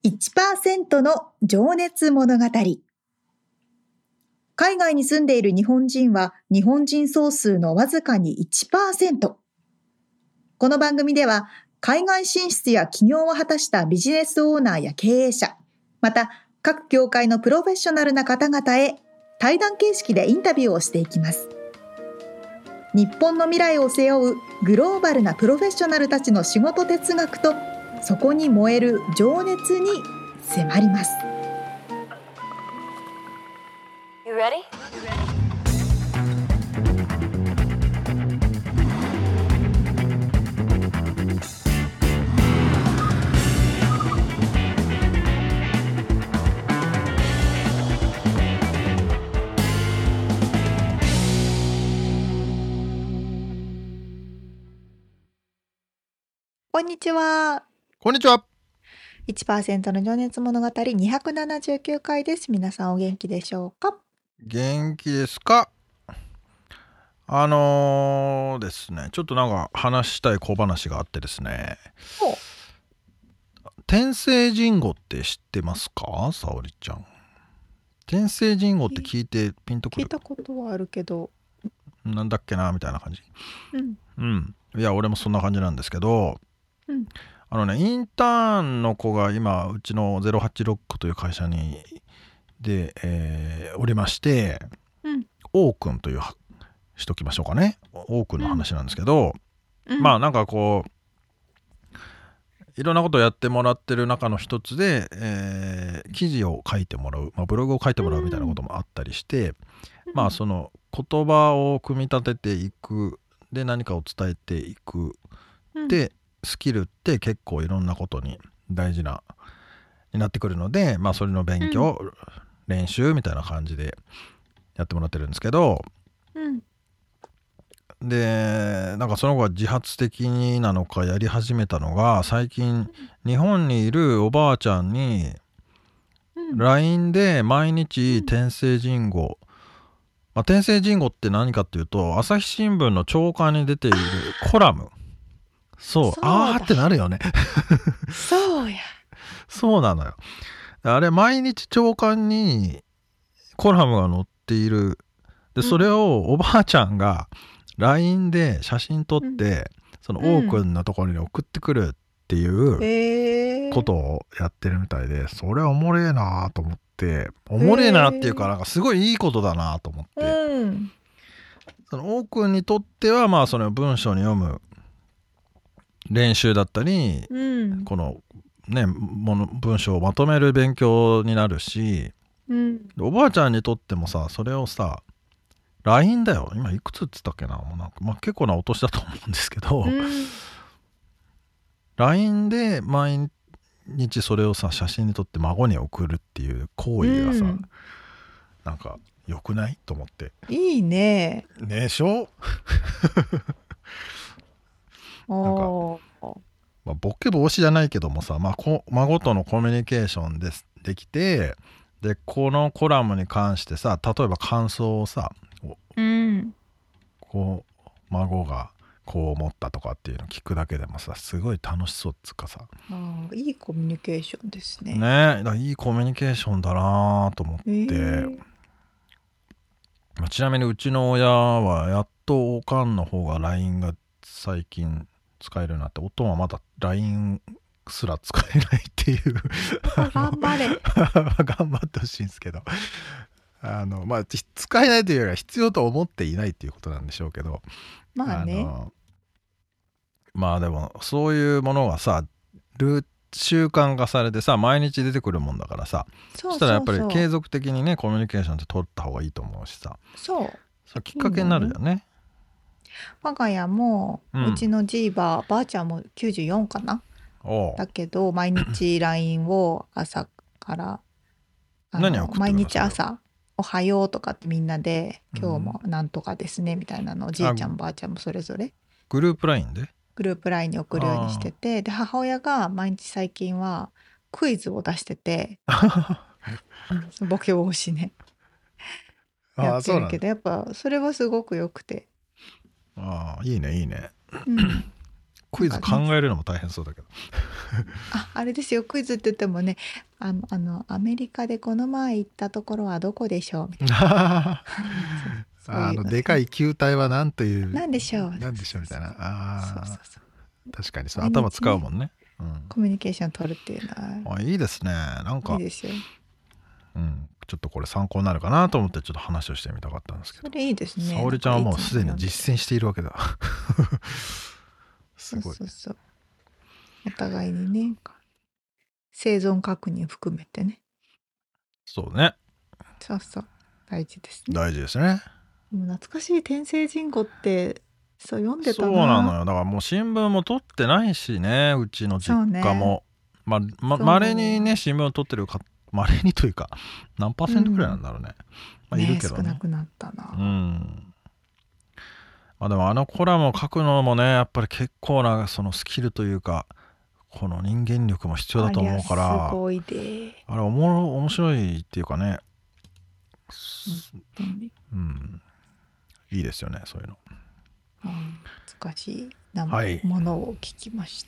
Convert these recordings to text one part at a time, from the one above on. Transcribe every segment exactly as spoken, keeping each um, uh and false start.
いちパーセント の情熱物語。海外に住んでいる日本人は日本人総数のわずかに いちパーセント。この番組では海外進出や起業を果たしたビジネスオーナーや経営者、また各業界のプロフェッショナルな方々へ対談形式でインタビューをしていきます。日本の未来を背負うグローバルなプロフェッショナルたちの仕事哲学とそこに燃える情熱に迫ります。 You ready? こんにちは。 こんにちは。 いちパーセント の情熱物語にひゃくななじゅうきゅうかいです。皆さんお元気でしょうか？ 元気ですか？あのー、ですね、ちょっとなんか話したい小話があってですね。天聖人語って知ってますか？沙織ちゃん。天聖人語って聞いてピンとくる？ 聞いたことはあるけど。 なんだっけなみたいな感じ。 うん。 うん。いや、俺もそんな感じなんですけど、 うん。 あのね、インターンの子が今うちのゼロはちろくという会社にで、えーおりまして、 うん。 王くんというしときましょうかね。王くんの話なんですけど、 うん、 まあなんかこういろんなことをやってもらってる中の一つで、えー記事を書いてもらう、まあ、ブログを書いてもらうみたいなこともあったりして、 うん、 まあその言葉を組み立てていくで何かを伝えていくで、うん、スキルって結構いろんなことに大事なになってくるので、まあそれの勉強、うん、練習みたいな感じでやってもらってるんですけど、 うん、 でなんかその子が自発的になのかやり始めたのが、最近日本にいるおばあちゃんに ライン で毎日天聖人語、まあ、天聖人語って何かっていうと朝日新聞の朝刊に出ているコラム。そう、 そうあーってなるよね。 そうや。 そうなのよ。あれ毎日朝刊にコラムが載っている。でそれをおばあちゃんが ライン で写真撮って、うん、その王くんのところに送ってくるっていうことをやってるみたいで、それおもれえなと思って、おもれえなっていうかなんかすごいいいことだなと思って、うん、その王くんにとってはまあその文章に読む練習だったり、うん、このねもの文章をまとめる勉強になるし、うん、おばあちゃんにとってもさ、それをさ ライン だよ、今いくつっつったっけな、もうなんか、まあ、結構なお年だと思うんですけど、うん、ライン で毎日それをさ写真に撮って孫に送るっていう行為がさ、うん、なんか良くないと思って。 いいね。 ねえしょなんか、まあ、ボケ防止じゃないけどもさ、まあ、こ孫とのコミュニケーションでできて、でこのコラムに関してさ、例えば感想をさ、うん、こう孫がこう思ったとかっていうのを聞くだけでもさ、すごい楽しそうっつうかさ、 あ、いいコミュニケーションですね。 ねえ、いいコミュニケーションだなと思って、えー、ちなみにうちの親はやっとおかんの方が ライン が最近使えるようになって、おとんはまだ ライン すら使えないっていう頑張れ頑張ってほしいんですけど、あのまあ使えないというよりは必要と思っていないっていうことなんでしょうけど、 まあね、 あのまあでもそういうものがさル習慣化されてさ、毎日出てくるもんだからさ、 そ, そしたらやっぱり継続的にねコミュニケーションって取った方がいいと思うしさ、 そうそうきっかけになるよね。 我が家も、うん、うちのじいばばあちゃんもきゅうじゅうよんかな、だけど毎日 ライン を朝からあの何送ってるの？ 毎日朝おはようとかってみんなで、今日もなんとかですねみたいなのをじいちゃんばあちゃんもそれぞれグループ ライン でグループ ライン に送るようにしてて、で母親が毎日最近はクイズを出しててボケ防止ねやってるけど、やっぱそれはすごくよくて、 ああいいねいいね、 うん、 クイズ考えるのも大変そうだけどあ、あれですよ、クイズって言ってもね、あの、あのアメリカでこの前行ったところはどこでしょうみたいな。そうそうあの、 いうのでかい球体は何という、 なんでしょう。 なんでしょうみたいな。 そうあそうそう。 あ、確かにそう、 毎頭日ね、 使うもんね。うん。 コミュニケーション取るっていうのはあ、いいですね。なんか、 いいですよ。 うん、ちょっとこれ参考になるかなと思ってちょっと話をしてみたかったんですけど。 それいいですね。 沙織ちゃんはもうすでになんかいつも読んで実践しているわけだ。すそうごい。 そうそう。お互いにね、生存確認含めてね。 そうね。 そうそう。大事ですね。 大事ですね。 もう懐かしい天聖人語ってそう読んでそうたな。 なのよ。だからもう新聞も取ってないしね、うちの実そうね。 家も。ま、ま、 そう稀にね、新聞を取ってるか、稀にというか、何パーセントくらいなんだろうね。まあ、いるねけどね。 少なくなったうな。 ん。まあでもあのコラムを書くのもね、やっぱり結構なそのスキルというか、この人間力も必要だと思うかありゃすら、 ごいで。 あれおもろ面白いっていうかね、 本当に。 うん、いいですよね、そういうの。 うん懐かしいなはいものを聞きました。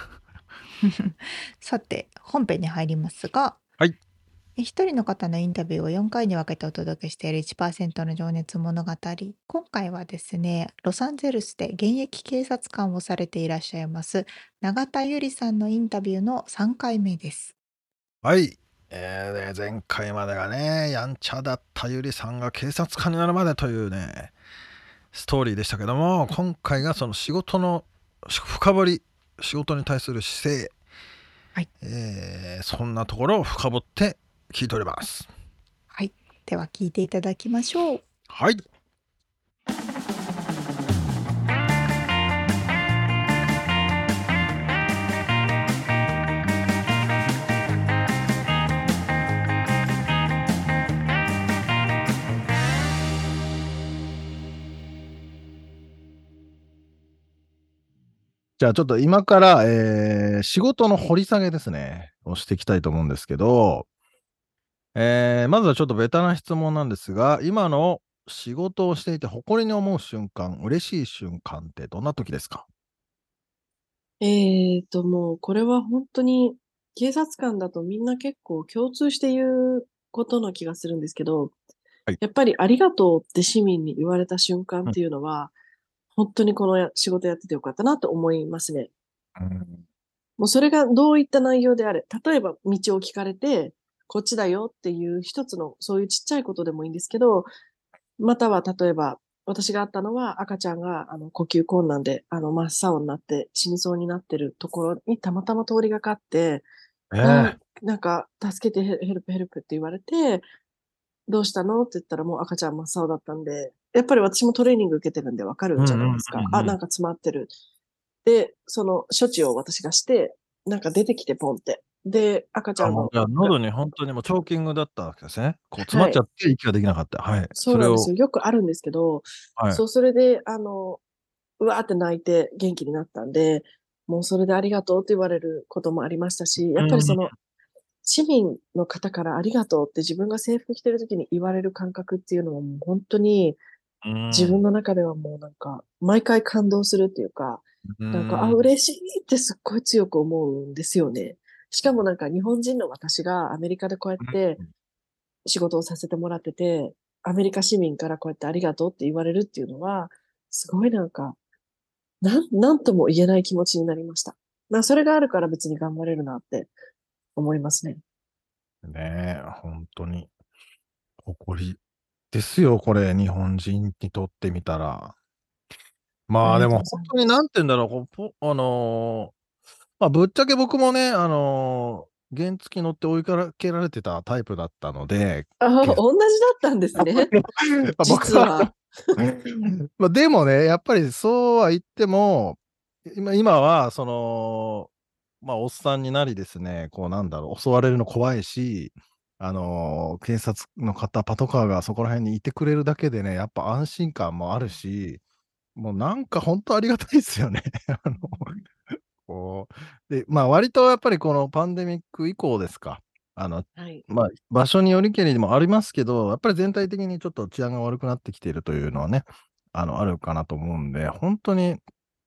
さて本編に入りますが、 はい。 え一人の方のインタビューをよんかいに分けてお届けしているいちパーセントの情熱物語。今回はですね、ロサンゼルスで現役警察官をされていらっしゃいます永田由里さんのインタビューのさんかいめです。 はい。えー、で前回までがね、やんちゃだったゆりさんが警察官になるまでというね、ストーリーでしたけども、今回がその仕事の深掘り、仕事に対する姿勢、 はい。 えーそんなところを深掘って聞いております。 はい。では聞いていただきましょう。 はい。じゃあちょっと今から、えー仕事の掘り下げですね、をしていきたいと思うんですけど、えーまずはちょっとベタな質問なんですが、今の仕事をしていて誇りに思う瞬間、嬉しい瞬間ってどんな時ですか？ ええと、もうこれは本当に警察官だとみんな結構共通して言うことな気がするんですけど、 はい。 やっぱりありがとうって市民に言われた瞬間うん。 っていうのは、本当にこのや仕事やっててよかったなと思いますね。 うん。 もうそれがどういった内容であれ、例えば道を聞かれて、こっちだよっていう一つのそういうちっちゃいことでもいいんですけど、または例えば、私があったのは赤ちゃんがあの呼吸困難であの真っ青になって死にそうになってるところにたまたま通りがかって、 えなんえ。 なんか助けてヘヘルプヘルプって言われて、どうしたのって言ったらもう赤ちゃん真っ青だったんで、やっぱり私もトレーニング受けてるんでわかるじゃうんうんうんないですか。あ、 うん。 なんか詰まってる。で、その処置を私がして、なんか出てきてポンって。で、赤ちあ、 ゃんのもうじゃあが喉に本当にもうチョーキングだったわけですね。こう詰まはい。 っちゃって息ができなかった。はい。それをそうなんですよ。よくあるんですけど、 はい。 そう、それで、あの、うわーって泣いて元気になったんで、もうそれでありがとうって言われることもありましたし、やうん。 っぱりその、市民の方からありがとうって自分が制服着てる時に言われる感覚っていうのはもう本当にうん。 自分の中ではもうなんか、毎回感動するっていうか、 うなんか、あ、 ん。 嬉しいってすっごい強く思うんですよね。しかもなんか日本人の私がアメリカでこうやって仕事をさせてもらってて、アメリカ市民からこうやってありがとうって言われるっていうのは、すごいなんか、なん、なんとも言えない気持ちになりました。まあ、それがあるから別に頑張れるなって思いますね。 ねえ、本当に誇りですよ、これ、日本人にとってみたら。まあ、 ありがとうでもございます。 本当に何て言うんだろう、こう、ぽあの、ま、ぶっちゃけ僕もね、あの、原付乗って追いからけられてたタイプだったので、 あ、 け同じだったんですね。 ま、僕は実は。 ま、でもね、やっぱりそうは言っても、今今はその、ま、おっさんになりですね、こうなんだろう、襲われるの怖いし、あの、警察の方、パトカーがそこら辺にいてくれるだけでね、やっぱ安心感もあるし、もうなんかほんとありがたいっすよね。あの、こう、で、ま、割とやっぱりこのパンデミック以降ですか、あの、 はい。 ま、場所によりけりもありますけど、やっぱり全体的にちょっと治安が悪くなってきているというのはね、あの、あるかなと思うんで、ほんとに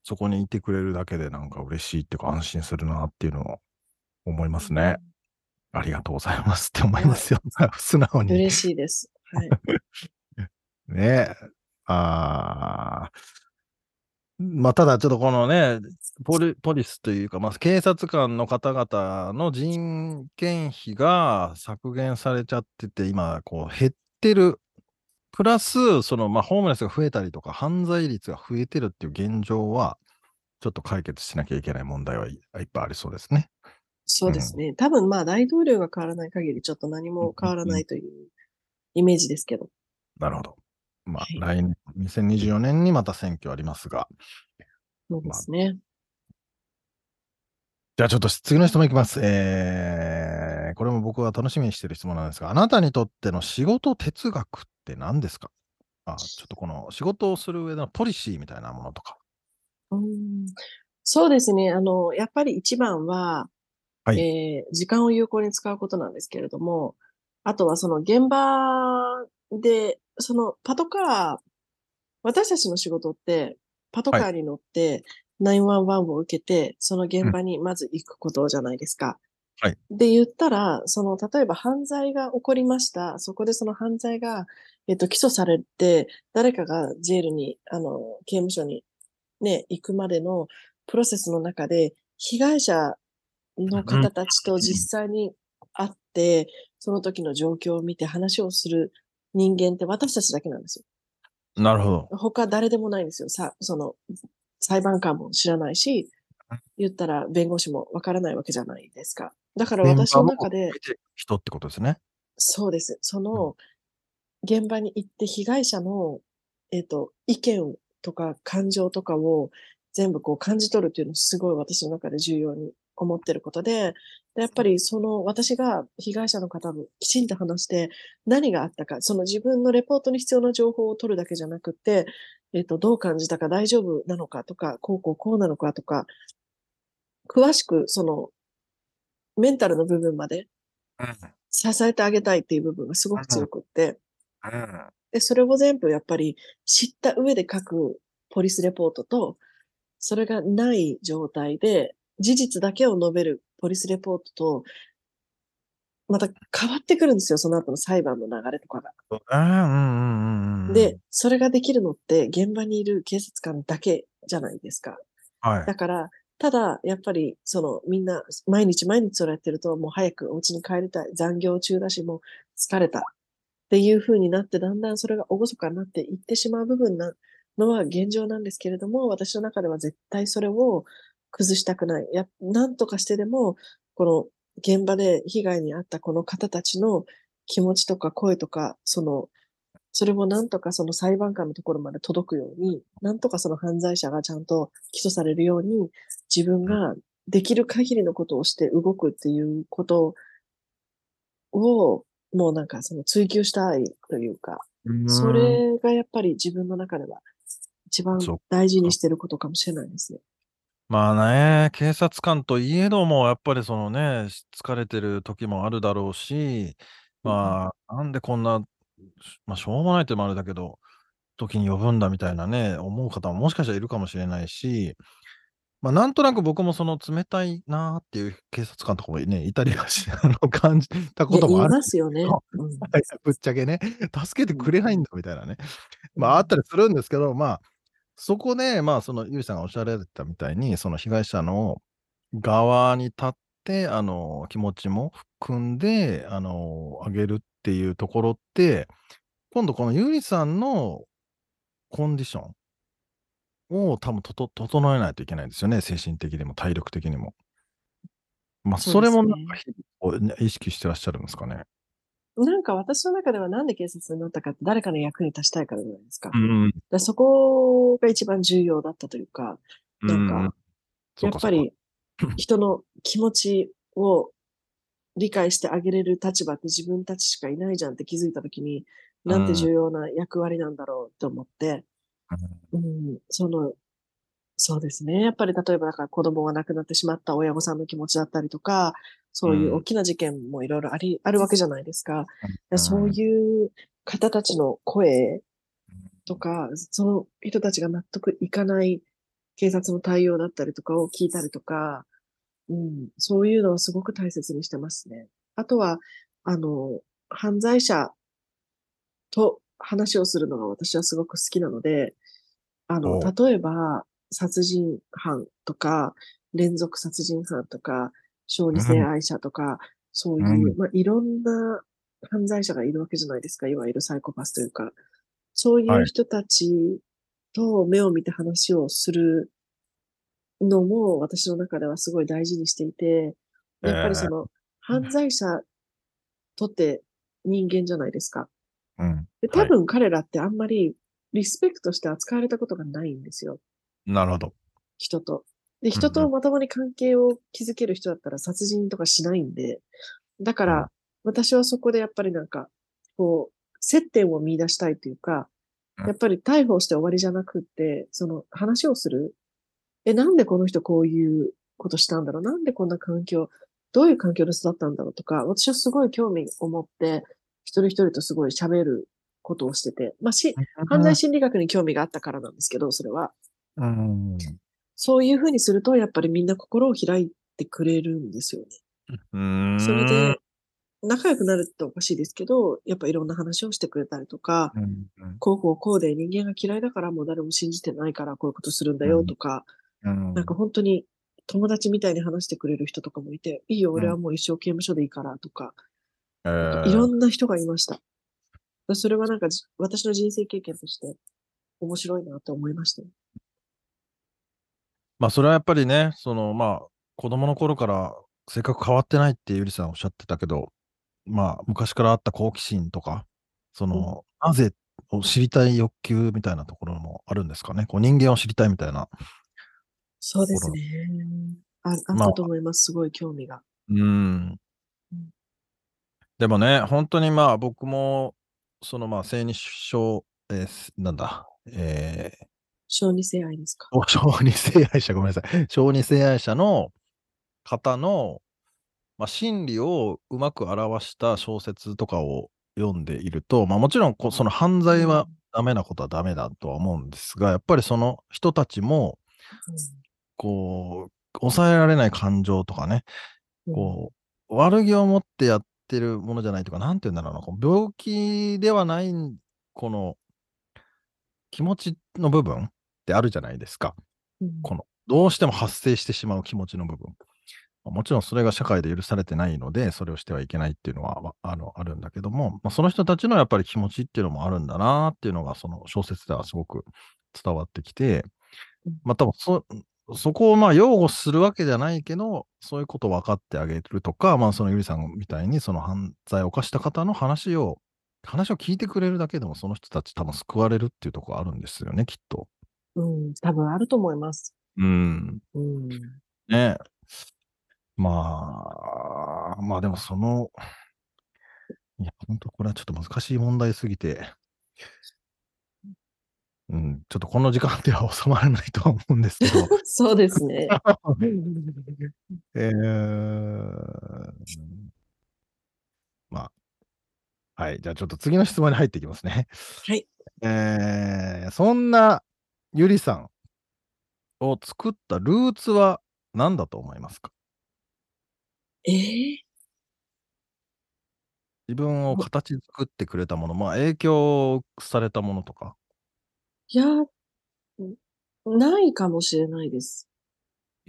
そこにいてくれるだけでなんか嬉しいっていうか安心するなっていうのを思いまうすね。 ん、 ありがとうございますって思いや、 いますよ。素直に。 嬉しいです。はい。 ねえ。ああ。まあ、ただちょっとこのね、ポリ、ポリスというか、まあ、警察官の方々の人件費が削減されちゃってて、今、こう減ってる。プラス、その、まあ、ホームレスが増えたりとか、犯罪率が増えてるっていう現状は、ちょっと解決しなきゃいけない問題はいいっぱいありそうですね。うん。 そうですね。多分まあ大統領が変わらない限りちょっと何うんも変わらうんうん。 ないというイメージですけど。 なるほど。まあ、 はい。 来年、にせんにじゅうよねんにまた選挙ありますが、 そうでまあ、 すね。 じゃあちょっと次の質問いきます。えー、これも僕は楽しみにしている質問なんですが、あなたにとっての仕事哲学って何ですか？あ、ちょっとこの仕事をする上でのポリシーみたいなものとか。 うん、そうですね。あの、やっぱり一番は、 はい。 えー時間を有効に使うことなんですけれども、あとはその現場で、そのパトカー、私たちの仕事って、パトはい。 カーに乗ってきゅういちいちを受けて、そのうん。 現場にまず行くことじゃないですか。 はい。 で、言ったら、その、例えば犯罪が起こりました。そこでその犯罪が、えっと、起訴されて、誰かがジェールに、あの、刑務所にね、行くまでのプロセスの中で、被害者のうん。 方たちと実際に会って、その時の状況を見て話をする人間って私たちだけなんですよ。 なるほど。 他誰でもないんですよ。さ、その、裁判官も知らないし、言ったら弁護士もわからないわけじゃないですか。だから私の現場も中で、 見てる人ってことですね。 そうです。そうん。 の現場に行って被害者の、えっと、意見とか感情とかを全部こう感じ取るっていうのをすごい私の中で重要に思ってることで、でやっぱりその私が被害者の方にきちんと話して何があったか、その自分のレポートに必要な情報を取るだけじゃなくて、えっと、どう感じたか大丈夫なのかとか、こうこうこうなのかとか、詳しくそのメンタルの部分までうん。 支えてあげたいっていう部分がすごくうん。 強くって、 うん。 で、それを全部やっぱり知った上で書くポリスレポートと、それがない状態で、事実だけを述べるポリスレポートと、また変わってくるんですよ、その後の裁判の流れとかが。 ああ、うんうんうんうんうで、 ん。 それができるのって現場にいる警察官だけじゃないですか。 はい。 だから、ただ、やっぱり、その、みんな、毎日毎日それやってると、もう早くお家に帰りたい。残業中だし、もう疲れた。っていう風になって、だんだんそれが厳かになっていってしまう部分なのは現状なんですけれども、私の中では絶対それを崩したくない。や、なんとかしてでも、この現場で被害に遭ったこの方たちの気持ちとか声とか、その、それもなんとかその裁判官のところまで届くように、なんとかその犯罪者がちゃんと起訴されるように、自分ができる限りのことをして動くっていうことを、もうなんかその追求したいというか、 うそーん。 れがやっぱり自分の中では一番そっ大事にか。 してることかもしれないですね。 まあね、警察官といえども、やっぱりそのね、し疲れてる時もあるだろうし、 うん、 まあ、なんでこんな、しまあ、しょうもないってもあれだけど、時に呼ぶんだみたいなね、思う方ももしかしたらいるかもしれないし、まあ、なんとなく僕もその冷たいなっていう警察官とかもね、いたりはし、あの、感じたいや、 こともあるん言いまですけど、 すよね。うん。 はい、ぶっちゃけね、助けてうん。 くれないんだみたいなね。まあ、あっうん。 たりするんですけど、まあ、そこで、まあ、そのゆいさんがおっしゃられたみたいに、その被害者の側に立って、あの、気持ちも含んで、あの、あげるっていうところって、今度このゆりさんのコンディションを多分とと整えないといけないんですよね、精神的にも体力的にも。ま、 そうでそれもなんかすね。 日々こうね、意識してらっしゃるんですかね？ なんか私の中ではなんで警察になったかって誰かの役に立ちたいからじゃないですか。 うんうん。 だそこが一番重要だったというか、 うんうん。 なんか、 そうかそうか。 やっぱり人の気持ちを理解してあげれる立場って自分たちしかいないじゃんって気づいたときに、なんてうん。 重要な役割なんだろうと思って、 うん。 うん、その、そうですね。やっぱり例えばだから子供が亡くなってしまった親御さんの気持ちだったりとか、そういう大うん。 きな事件もいろいろあり、あるわけじゃないですか。 うそうん。 いう方たちの声とか、その人たちが納得いかない警察の対応だったりとかを聞いたりとか、うん、そういうのをすごく大切にしてますね。あとは、あの、犯罪者と話をするのが私はすごく好きなので、あの、 お例えば、殺人犯とか、連続殺人犯とか、小児性うん、 愛者とか、そうういう、 ん、 まあ、いろんな犯罪者がいるわけじゃないですか。いわゆるサイコパスというか。そういはい。 う人たちと目を見て話をするのも私の中ではすごい大事にしていて、 えやっぱりそー、 の犯罪者とって人間じゃないですか。 うん、 で、多はい。 分彼らってあんまりリスペクトして扱われたことがないんですよ。 なるほど。 人と。で、 うん、うん、 人とまともに関係を築ける人だったら殺人とかしないんで、だかうん、 ら私はそこでやっぱりなんか、こう、接点を見出したいというか、 うん、 やっぱり逮捕して終わりじゃなくって、その話をする。え、なんでこの人こういうことしたんだろう、なんでこんな環境、どういう環境で育ったんだろうとか、私はすごい興味を持って、一人一人とすごい喋ることをしてて、まあ、し、犯罪心理学に興味があったからなんですけど、それは。 うん、 そういうふうにすると、やっぱりみんな心を開いてくれるんですよね。 うん、うん、 それで、仲良くなるっておかしいですけど、やっぱいろんな話をしてくれたりとか、 うん、うん、 こうこうこうで人間が嫌いだからもう誰も信じてないからこういうことするんだよとか、 うん、 なんか本当に友達みたいに話してくれる人とかもいて、いいよ、俺はもう一生刑務所でいいからとか、 えなんかいろー、 んな人がいました。それはなんかじ私の人生経験として面白いなと思いましたね。 まあ、それはやっぱりね、その、まあ、子供の頃から性格変わってないってゆりさんおっしゃってたけど、まあ、昔からあった好奇心とか、そうん、 の、なぜを知りたい欲求みたいなところもあるんですかね。こう人間を知りたいみたいなそうでところ。 すね。あ、あったとまあ、 思います。すごい興味が。 うん。 うん、 でもね、本当にまあ、僕も、そのまあ、性に症、えーすなんだ、えー、 小児性愛ですか。 お小児性愛者、ごめんなさい。小児性愛者の方の、まあ、心理をうまく表した小説とかを読んでいると、まあ、もちろんこその犯罪はうん。 ダメなことはダメだとは思うんですが、やっぱりその人たちも、こう、抑えられない感情とかね、 うん。 こう、悪気を持ってやってるものじゃないとか、なんて言うんだろうな、こう病気ではない、この気持ちの部分ってあるじゃないですか。 うん。 この、どうしても発生してしまう気持ちの部分。まあもちろんそれが社会で許されてないので、それをしてはいけないっていうのは、まあの、あるんだけども、まあ、その人たちのやっぱり気持ちっていうのもあるんだなっていうのが、その小説ではすごく伝わってきて、 うん。 まあ、多分そ、そこをまあ擁護するわけじゃないけど、そういうことを分かってあげるとか、まあ、そのゆりさんみたいに、その犯罪を犯した方の話を、話を聞いてくれるだけでも、その人たち多分救われるっていうところあるんですよね、きっと。 うん。多分あると思います。 うん。 うん。 ね。まあ、まあでもその、いや、本当これはちょっと難しい問題すぎて、うん、ちょっとこの時間では収まらないとは思うんですけど、 そうですね。 えー、まあ、はい。じゃあちょっと次の質問に入っていきますね。 はい。 えー、そんなゆりさんを作ったルーツは何だと思いますか？ ええ自分をー、 形作ってくれたもの、まあ影響されたものとか。 いや、ないかもしれないです。 うん。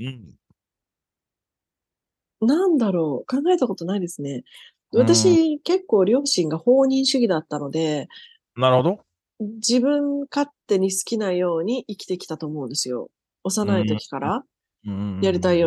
なんだろう。考えたことないですね。 うん、 私、結構両親が放任主義だったので、 なるほど。 自分勝手に好きなように生きてきたと思うんですよ。幼いうん、 時からうん、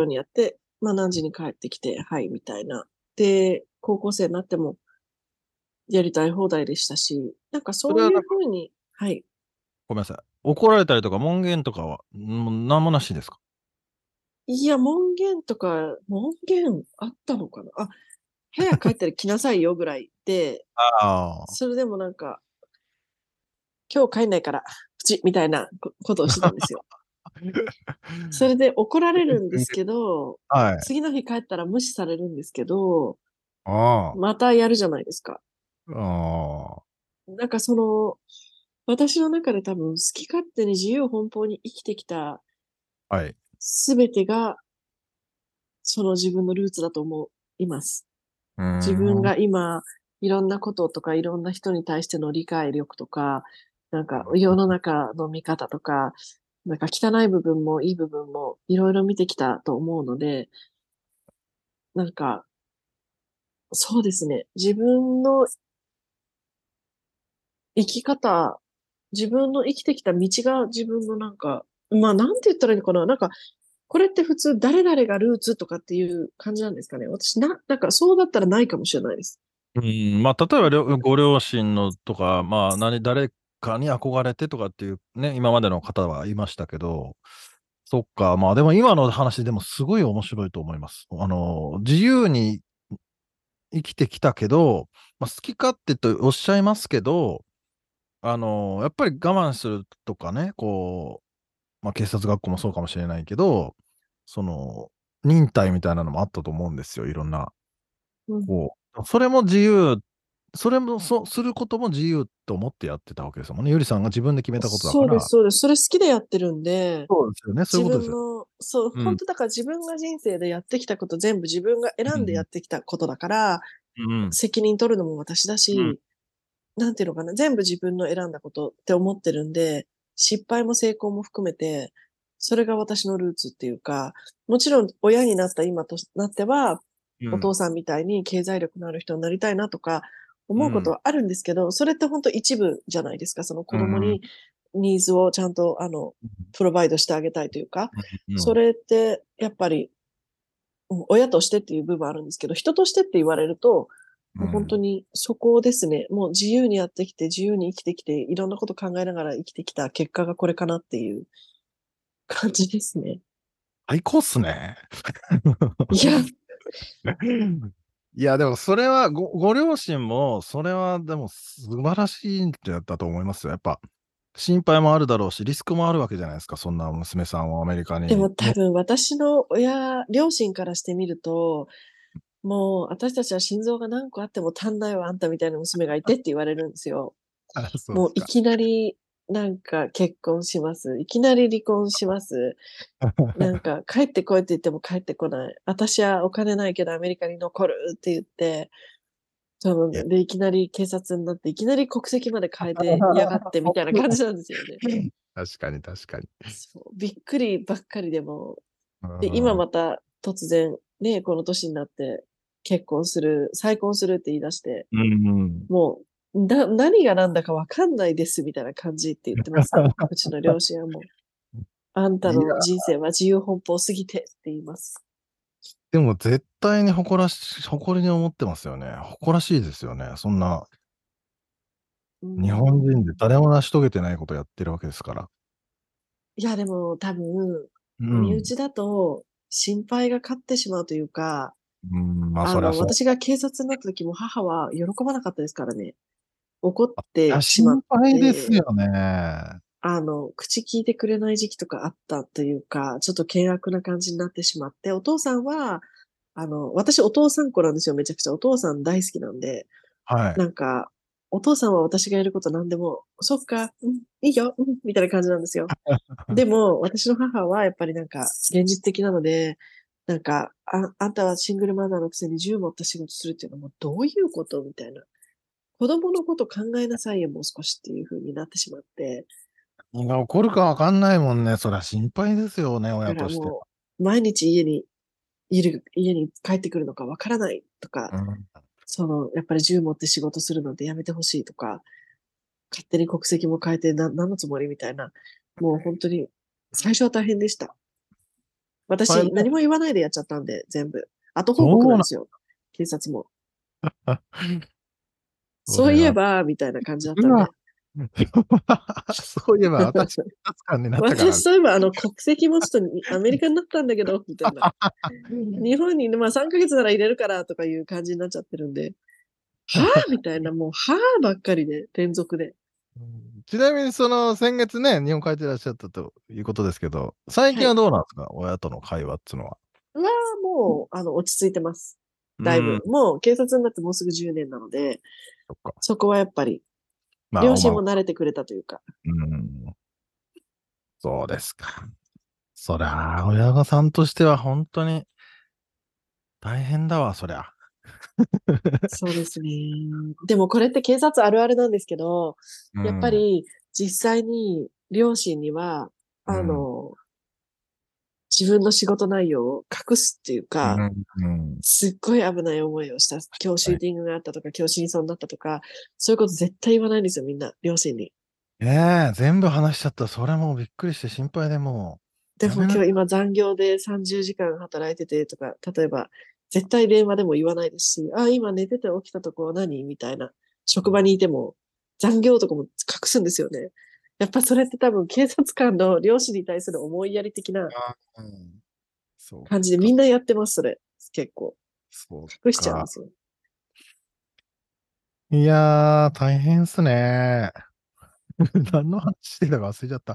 やりたいようにやって、まあ何時に帰ってきて、はい、みたいな。で、高校生になってもやりたい放題でしたし、なんかそういうそれはなんか、 ふうに、はい。 ごめんなさい。怒られたりとか門限とかは、んなんもなしですか？ いや、門限とか、門限あったのかなあ、早く帰ったら来なさいよぐらいで、 ああ。 それでもなんか、今日帰んないから、プチみたいなこことをしてたんですよ。それで怒られるんですけど、 はい。 次の日帰ったら無視されるんですけど、 あまたやるじゃないですか。 あ。ああ。 なんかその、私の中で多分好き勝手に自由奔放に生きてきたはい。 すべてが、その自分のルーツだと思います。 うー自分ん。 が今、いろんなこととか、いろんな人に対しての理解力とか、なんか世の中の見方とか、なんか汚い部分もいい部分もいろいろ見てきたと思うので、なんか、そうですね。自分の生き方、自分の生きてきた道が自分のなんか、まあなんて言ったらいいのかな。なんか、これって普通誰々がルーツとかっていう感じなんですかね。私な、なんかそうだったらないかもしれないです。 うん、まあ、例えばりょご両親のとか、まあ、何誰かに憧れてとかっていうね、今までの方はいましたけど、そっか、まあでも今の話でもすごい面白いと思います。あの、自由に生きてきたけど、まあ、好き勝手とおっしゃいますけど、あの、やっぱり我慢するとかね、こう、まあ、警察学校もそうかもしれないけど、その、忍耐みたいなのもあったと思うんですよ、いろんな。 うん。 こう、それも自由、それもそすることも自由と思ってやってたわけですもんね。ゆりさんが自分で決めたことだそうです、 から。 そうです。それ好きでやってるんで、 そうですよね、そういう自ことですよ。 分の、そう、 うん。 本当だから自分が人生でやってきたこと全部自分が選んでやうんってきたことだから、 うん。うん。 責任取るのも私だうん。 し、なんていうのかな、全部自分の選んだことって思ってるんで、失敗も成功も含めて、それが私のルーツっていうか、もちろん親になった今となっては、お父さんみたいに経済力のある人になりたいなとか思うことはあるんですけど、それって本当一部じゃないですか。その子うん。 供にニーズをちゃんと、あの、プロバイドしてあげたいというか、 うん。 それってやっぱり、うん親としてっていう部分あるんですけど、人としてって言われると、もう本当うん。 にそこですね。もう自由にやってきて、自由に生きてきて、いろんなこと考えながら生きてきた結果がこれかなっていう感じですね。 最高っすね。 いや、 いや、でもそれは、ごご両親も、それはでも素晴らしいんだったと思いますよ。やっぱ、心配もあるだろうし、リスクもあるわけじゃないですか、そんな娘さんをアメリカでもにね。 多分私の親、両親からしてみると、もう私たちは心臓が何個あっても足んないわ、あんたみたいな娘がいてって言われるんですよ。 あ、そうですか。 もういきなりなんか結婚します。いきなり離婚します。なんか帰ってこいって言っても帰ってこない。私はお金ないけどアメリカに残るって言って、そいや、 の、で、いきなり警察になって、いきなり国籍まで変えてやがってみたいな感じなんですよね。 確かに確かに。 そう、びっくりばっかりでも、 うで、今ん。 また突然、ね、この年になって結婚する、再婚するって言い出して、 うん。 もう、な、何が何だかわかんないですみたいな感じって言ってますね。うちの両親はもう、あんたいや、 の人生は自由奔放すぎてって言います。 でも絶対に誇らし誇りに思ってますよね。誇らしいですよね。そんなうー日本人でん。 誰も成し遂げてないことやってるわけですから。 いや、でも多分、 うん。 身内だと心配が勝ってしまうというか、 うん、まあ、 あの、 そりゃそう。 私が警察になった時も母は喜ばなかったですからね。怒っいや、 てしまっ心配ですて、 よね。 あの、口聞いてくれない時期とかあったというか、ちょっと険悪な感じになってしまって、お父さんは、あの、私お父さん子なんですよ、めちゃくちゃ。お父さん大好きなんで、 はい。 なんか、お父さんは私がやること何でも、そっか、うん、いいよ、うん、みたいな感じなんですよ。でも、私の母はやっぱりなんか、現実的なので、なんか、あ、あんたはシングルマザーのくせに銃持った仕事するっていうのはもうどういうことみたいな。子供のこと考えなさいよ、もう少しっていう風になってしまって。 何が起こるかわかんないもんね。そりゃ心配ですよね、 だ親としては。 からもう、毎日家にいる、家に帰ってくるのかわからないとか、 うん。 その、やっぱり銃持って仕事するのでやめてほしいとか、勝手に国籍も変えてな、何のつもりみたいな。もう本当に、最初は大変でした。私、 大変何も言わないでやっちゃったんで、全部。後報告そうなんなんですよ。警察も。 だ。そそうれは、 いえば、みたいな感じだっうわ。 たんで。 そういえば私、警察官になったから。 私、そういえば、あの、国籍持つとにアメリカになったんだけど、みたいな。日本に、まあさんかげつなら入れるからとかいう感じになっちゃってるんで、はぁみたいな、もう、はぁばっかりで、連続で。 うんちなみに、その、先月ね、日本帰ってらっしゃったということですけど、最近ははい。 どうなんですか、親との会話っつうのは。 は、もう、あの、落ち着いてます。 うん、 だいぶ。もう、警察になってもうすぐじゅうねんなので、 そっか。 そこはやっぱり、 まあ、 両親おまま。 も慣れてくれたというか。 うん、そうですか。 そりゃあ、親御さんとしては本当に大変だわ、そりゃ。 そうですね。でもこれって警察あるあるなんですけど、やっぱうん。 り実際に両親には、あうん。 の、自分の仕事内容を隠すっていうか、 うん。うん。 すっごい危ない思いをした。今日シューティングがあったとか、今日死にそうになったとか、そういうこと絶対言わないんですよ、みんな、両親に。 ええ、全部話しちゃったら、それもうびっくりして心配でもう、 でやめな。 も今日今残業でさんじゅうじかん働いててとか、例えば、絶対電話でも言わないですし、あ、今寝てて起きたとこは何みたいな。職場にいても残業とかも隠すんですよね。やっぱそれって多分警察官の両親に対する思いやり的なあ、うん。そう感じでみか、 んなやってます、それ。結構。 そう隠しちゃうんでか。 すよ。 いやー、大変っすね。何の話してたか忘れちゃった。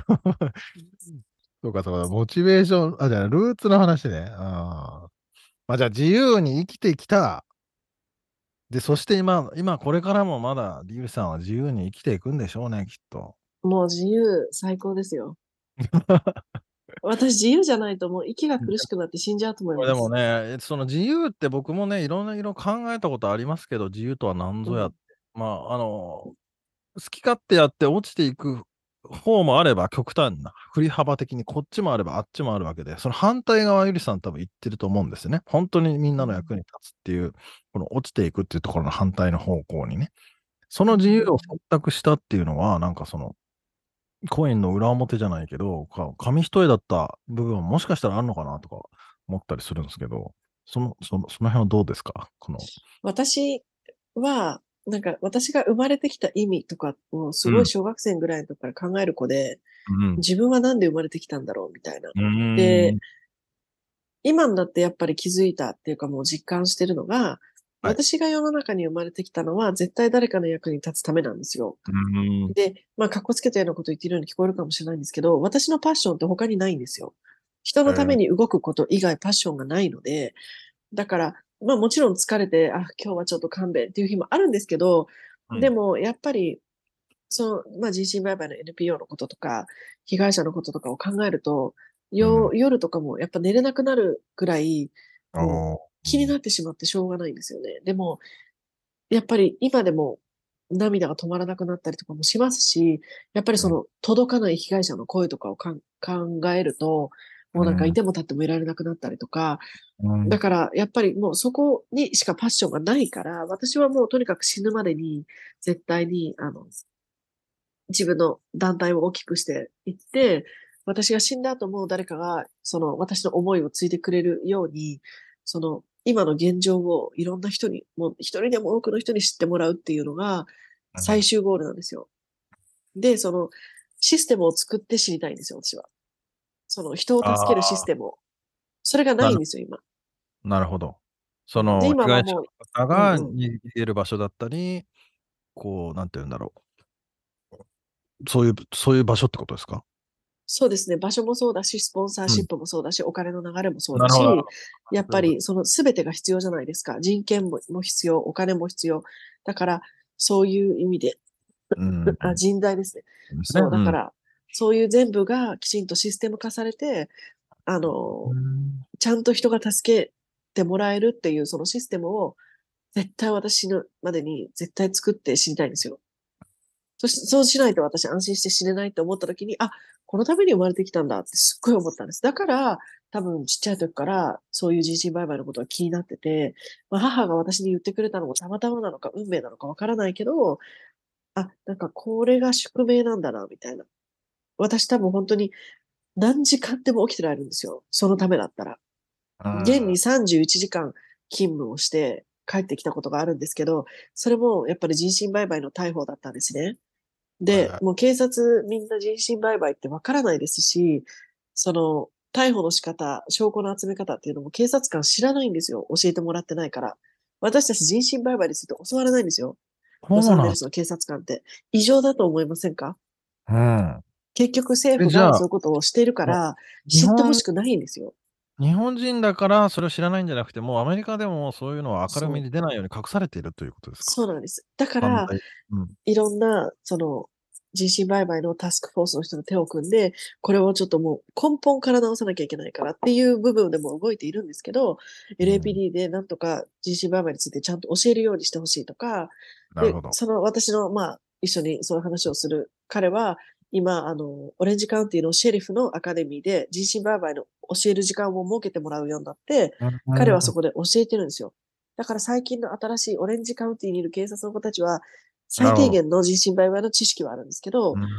そうか、そうか。モチベーション、あ、じゃあ、ルーツの話ね。あー、まあ、じゃあ、自由に生きてきた。で、そして今、今、これからもまだ、リュウさんは自由に生きていくんでしょうね、きっと。 もう自由最高ですよ。私自由じゃないともう息が苦しくなって死んじゃうと思いこれでもます。 ね、その自由って僕もね、いろんな色考えたことありますけど、自由とは何ぞや。 うん。 まあ、あの、好き勝手やって落ちていく方もあれば、極端な、振り幅的にこっちもあればあっちもあるわけで、その反対側、ゆりさん多分言ってると思うんですよね。本当にみんなの役に立つっていう、この落ちていくっていうところの反対の方向にね。その自由を選択したっていうのは、なんかその、コインの裏表じゃないけど、か紙一重だった部分ももしかしたらあるのかなとか思ったりするんですけど、その、その、その辺はどうですかこの、 私は、なんか私が生まれてきた意味とかをすうん、 ごい小学生ぐらいの時から考える子で、 うん、 自分はなんで生まれてきたんだろうみたいな。 うーで、 ん、 今になってやっぱり気づいたっていうかもう実感してるのが、 はい。 私が世の中に生まれてきたのは絶対誰かの役に立つためなんですよ。 うーん、 で、まあ、かっこつけたようなこと言ってるように聞こえるかもしれないんですけど、私のパッションって他にないんですよ。人のためえー、 に動くこと以外パッションがないので、だから、まあもちろん疲れて、あ、今日はちょっと勘弁っていう日もあるんですけど、 うん、 でもやっぱり、その、まあ人身売買の エヌピーオー のこととか、被害者のこととかを考えると、 うん、 よ、夜とかもやっぱ寝れなくなるぐらい、もうおー、うん、 気になってしまってしょうがないんですよね。でも、やっぱり今でも涙が止まらなくなったりとかもしますし、やっぱりその届かない被害者の声とかをかん考えると、もうなんかいうん、 ても立ってもいられなくなったりとか、 うん、 だからやっぱりもうそこにしかパッションがないから、私はもうとにかく死ぬまでに絶対に、あの、自分の団体を大きくしていって、私が死んだ後も誰かが、その私の思いを継いでくれるように、その今の現状をいろんな人に、もう一人でも多くの人に知ってもらうっていうのがうん。 最終ゴールなんですよ。で、そのシステムを作って死にたいんですよ、私は。その人を助けるシスああ、 テムを。それがななる、 いんですよ、今。 なるほど。そで、 の、被害者今はもの方う、うんがうん。 逃げる場所だったり、こう、なんて言うんだろう。そういう、そういう場所ってことですか？ そうですね。場所もそうだし、スポンサーうん。 シップもそうだし、お金の流れもそうなるほど、なるだし、 ほど。 やっそういうこと。 ぱりその全てが必要じゃないですか。人権もも必要、お金も必要。だから、そういう意味で、 うん。 あ、人材ですね。 ですね。 そう、だうん。 から、そういう全部がきちんとシステム化されて、あの、 うん。 ちゃんと人が助けてもらえるっていうそのシステムを、絶対私死ぬまでに絶対作って死にたいんですよ。そし、そうしないと私安心して死ねないって思った時に、あ、このために生まれてきたんだってすっごい思ったんです。だから、多分ちっちゃい時からそういう人身売買のことが気になってて、まあ、母が私に言ってくれたのもたまたまなのか運命なのかわからないけど、あ、なんかこれが宿命なんだな、みたいな。私多分本当に何時間でも起きてられるんですよ。そのためだったら。 うん。 現にさんじゅういちじかん勤務をして帰ってきたことがあるんですけど、それもやっぱり人身売買の逮捕だったんですね。で、もう警察みんな人身売買ってわからないですし、その逮捕の仕方、証拠の集め方っていうのも警察官知らないんですよ。教えてもらってないから。私たち人身売買について教わらないんですよ。ロサンそうなん。 ゼルスの警察官って。異常だと思いませんか？ うん。 結局政え、 府じゃあ、 がそういうことをしているかもらう日本、 知ってほしくないんですよ。 日本人だからそれを知らないんじゃなくて、もうアメリカでもそういうのは明るみそう。 に出ないように隠されているということですか？ そうなんです。だから、 犯罪。うん。 いろんな、その、 人身売買のタスクフォースの人と手を組んで、これをちょっともう根本から直さなきゃいけないからっていう部分でも動いているんですけど、 うんエルエーピーディー でなんとか人身売買についてちゃんと教えるようにしてほしいとか、で、 なるほど。 その私の、まあ、一緒にそういう話をする彼は、今、あの、オレンジカウンティのシェリフのアカデミーで人身売買の教える時間を設けてもらうようになって、彼はそこで教えてるんですよ。だから最近の新しいオレンジカウンティにいる警察の子たちは、最低限の人身売買の知識はあるんですけど、 うん、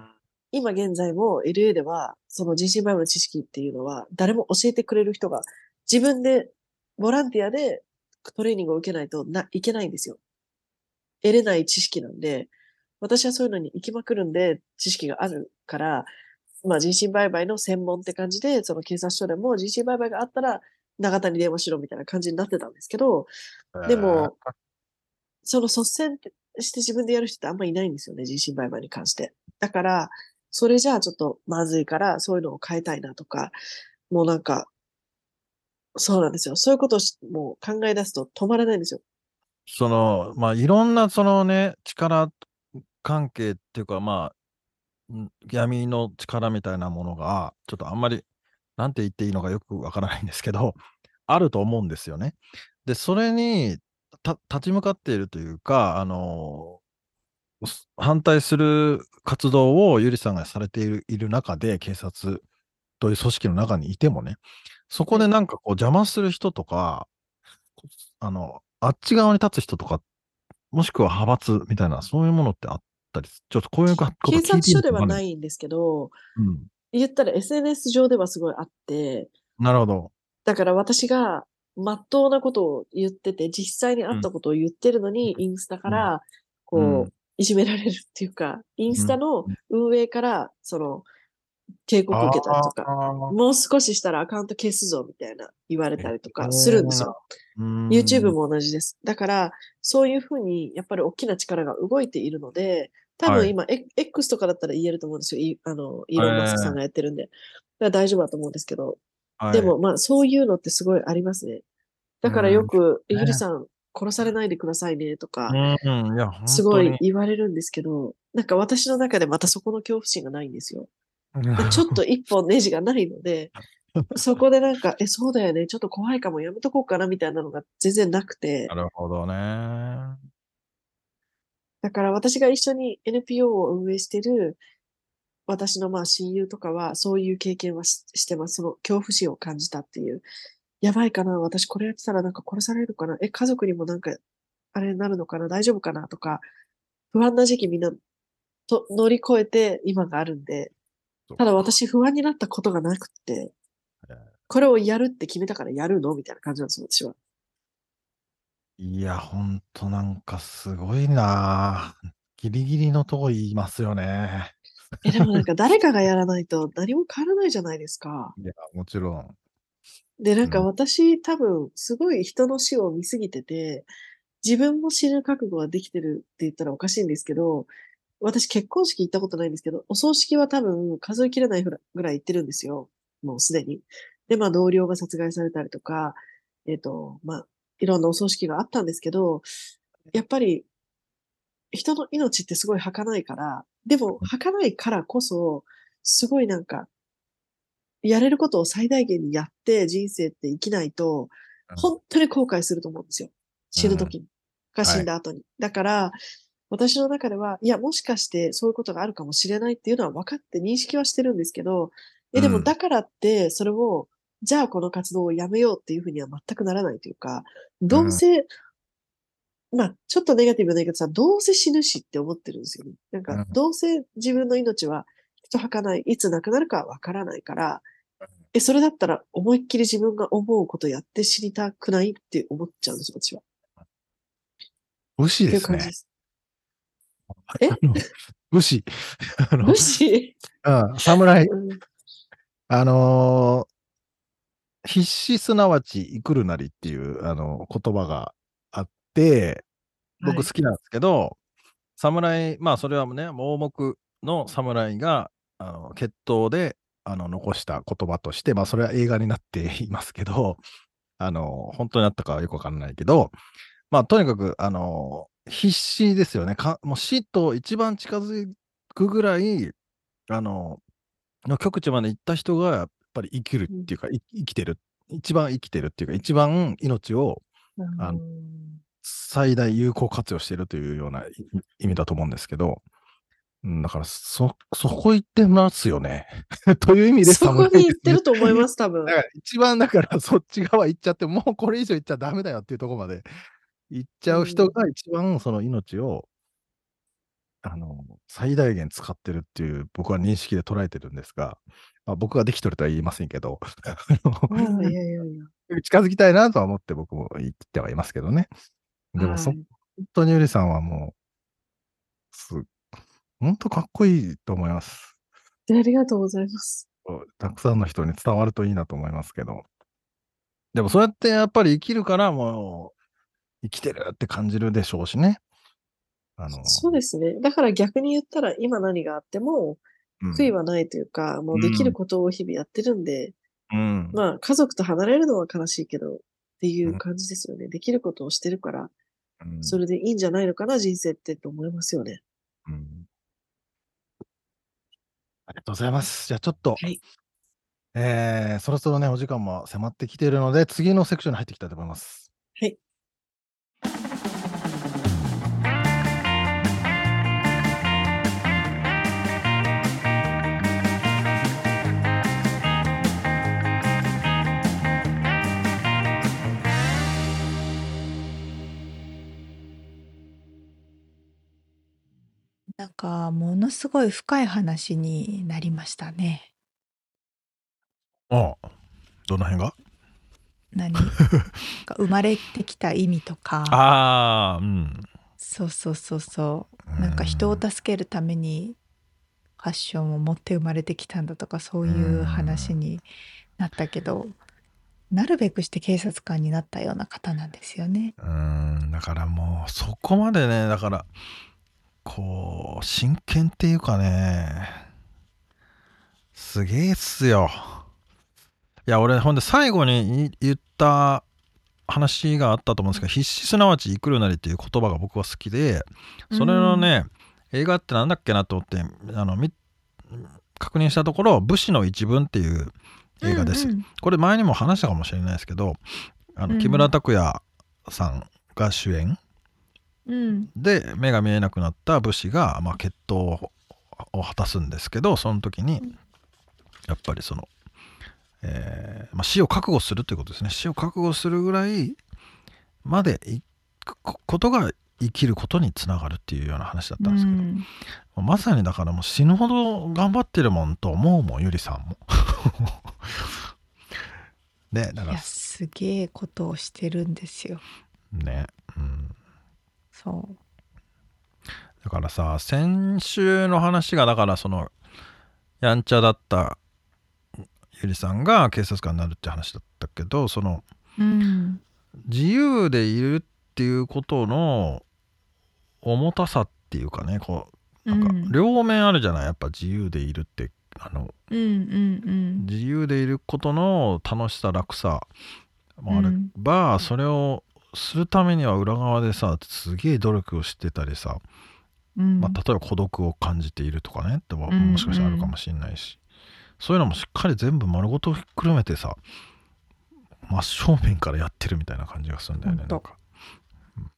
今現在も エルエー では、その人身売買の知識っていうのは、誰も教えてくれる人が、自分で、ボランティアでトレーニングを受けないとな、いけないんですよ。得れない知識なんで、私はそういうのに行きまくるんで、知識があるから、まあ人身売買の専門って感じで、その警察署でも人身売買があったら、永田に電話しろみたいな感じになってたんですけど、でも、その率先して自分でやる人ってあんまりいないんですよね、人身売買に関して。だから、それじゃあちょっとまずいから、そういうのを変えたいなとか、もうなんか、そうなんですよ。そういうことをもう考え出すと止まらないんですよ。 その、まあ、いろんなそのね、力関係っていうか、まあ、闇の力みたいなものが、ちょっとあんまり、なんて言っていいのかよくわからないんですけど、あると思うんですよね。で、それに、た立ち向かっているというか、あの、反対する活動をゆりさんがされているいる中で、警察という組織の中にいてもね、そこでなんかこう邪魔する人とか、あの、あっち側に立つ人とか、もしくは派閥みたいな、そういうものってあったりちょっとこういうこと警察聞いていい署ではのかわかんない。 ないんですけど、 うん。 言ったら エスエヌエス 上ではすごいあって、 なるほど。 だから私が真っ当なことを言ってて、実際にあうん。 ったことを言ってるのに、インスタかうん。 ら、 うん。 こう、いじめられるっていうか、インうん。 スタの運営から、その、警告を受けたりあとか、 あ。 もう少ししたらアカウント消すぞみたいな言われえたりとかするんでえな。 すよ。 うー YouTube ん。 も同じです。だから、そういうふうに、やっぱり大きな力が動いているので、多はい。 分今、エ X とかだったら言えると思うんですよ。イあの、イーロン・マスクさんがええやってるんで。だから大丈夫だと思うんですけど。ではい。 も、まあ、そういうのってすごいありますね。だからうーん。 よく、えゆりね。 さん、殺されないでくださいね、とか、 うーん、いや、ほんすごいとに。 言われるんですけど、なんか私の中でまたそこの恐怖心がないんですよ。でちょっと一本ネジがないので、そこでなんか、え、そうだよね、ちょっと怖いかも、やめとこうかな、みたいなのが全然なくて、 なるほどね。 だから私が一緒に エヌピーオー を運営してる私のまあ親友とかはそういう経験はししてます。その恐怖心を感じたっていう。やばいかな私これやってたらなんか殺されるかなえ、家族にもなんか、あれになるのかな大丈夫かなとか、不安な時期みんなと乗り越えて今があるんで、ただそっか。 私不安になったことがなくって、 えこれをやるって決めたからやるのみたいな感じなんですよ、私は。 いや、ほんとなんかすごいな。ギリギリのとこ言いますよね。 え、でもなんか誰かがやらないと何も変わらないじゃないですか。 いや、もちろん。 で、なんかうん。 私多分すごい人の死を見すぎてて、自分も死ぬ覚悟はできてるって言ったらおかしいんですけど、私結婚式行ったことないんですけど、お葬式は多分数えきれないぐらい行ってるんですよ。もうすでに。で、まあ同僚が殺害されたりとか、えっと、まあ、いろんなお葬式があったんですけど、やっぱり人の命ってすごい儚いから、でも儚いからこそ、すごいなんか、やれることを最大限にやって人生って生きないと、 うん。 本当に後悔すると思うんですよ。 うん。 死ぬ時に。か死はい。 んだ後に。だから、私の中では、いや、もしかしてそういうことがあるかもしれないっていうのは分かって認識はしてるんですけど、え、でもうん。 だからって、それを、じゃあこの活動をやめようっていうふうには全くならないというか、 うん。 どうせ、まあ、ちょっとネガティブな言い方さ、どうせ死ぬしって思ってるんですよね。なんか、 うん。 どうせ自分の命は人儚い、いつ亡くなるかは分からないから、え、それだったら思いっきり自分が思うことやって死にたくないって思っちゃうんですよ、私は。 武士っていうですね。 感じです。えあの、武士。あの、 武士うん、侍。 うん。 あの、必死すなわち生くるなりっていう、あの、言葉があって、 はい。 僕好きなんですけど、侍、まあ、それはね、盲目の侍が、あの、決闘で、あの、残した言葉として、まあ、それは映画になっていますけど、あの、本当にあったかはよくわかんないけど、まあ、とにかく、あの、必死ですよね。かもう死と一番近づくぐらいあのの極地まで行った人がやっぱり生きるっていうか、い生きてる一番生きてるっていうか一番命をあの最大有効活用してるというような意味だと思うんですけど、うん、だからそそこ行ってますよねという意味でそこに行ってると思います、多分。 だから一番だからそっち側行っちゃってもうこれ以上行っちゃダメだよっていうところまで行っちゃう人が一番その命をあの最大限使ってるっていう僕は認識で捉えてるんですが、まあ、僕ができとるとは言いませんけどいやいやいや近づきたいなとは思って僕も言ってはいますけどね。でもそ、 はい、 本当にゆりさんはもうす本当かっこいいと思います。 ありがとうございます。 たくさんの人に伝わるといいなと思いますけど。でもそうやってやっぱり生きるからもう生きてるって感じるでしょうしね。あのそうですね。だから逆に言ったら今何があっても悔いはないというか、もうできることを日々やってるんで、 うん、 まあ家族と離れるのは悲しいけどっていう感じですよね。できることをしてるから、 うん、 それでいいんじゃないのかな、人生ってと思いますよね。 うん、ありがとうございます。じゃあちょっと、 はい。 えー、そろそろねお時間も迫ってきているので次のセクションに入っていきたいと思います。 はい。 なんかものすごい深い話になりましたね。 ああ、どの辺が？ 何なんか生まれてきた意味とか、 ああ、うん。 そうそうそうそう、なんか人を助けるためにファッションを持って生まれてきたんだとかそういう話になったけど、なるべくして警察官になったような方なんですよね。 うーん、だからもうそこまでね、だからこう真剣っていうかね、すげえっすよ。いや俺ほんで最後に言った話があったと思うんですけど、必死すなわち生くるなりっていう言葉が僕は好きで、それのね、うん、映画ってなんだっけなと思ってあの確認したところ、武士の一文っていう映画です、うんうん、これ前にも話したかもしれないですけど、あの木村拓哉さんが主演、うん、で目が見えなくなった武士が、まあ、決闘を果たすんですけど、その時にやっぱりその、えーまあ、死を覚悟するということですね。死を覚悟するぐらいまでいくことが生きることにつながるっていうような話だったんですけど、うん、まさにだからもう死ぬほど頑張ってるもんと思うもん、ゆりさんもね、だからいやすげえことをしてるんですよね、うん、 そうだからさ、先週の話がだからそのやんちゃだったゆりさんが警察官になるって話だったけど、その、うん、自由でいるっていうことの重たさっていうかね、こうなんか両面あるじゃない、やっぱ自由でいるってあの、うんうんうん、自由でいることの楽しさ楽さもあれば、うん、それをするためには裏側でさすげえ努力をしてたりさ、うんまあ、例えば孤独を感じているとかねっても、もしかしたらあるかもしれないし、うんうん、そういうのもしっかり全部丸ごとひっくるめてさ真正面からやってるみたいな感じがするんだよね。なんか、うん、い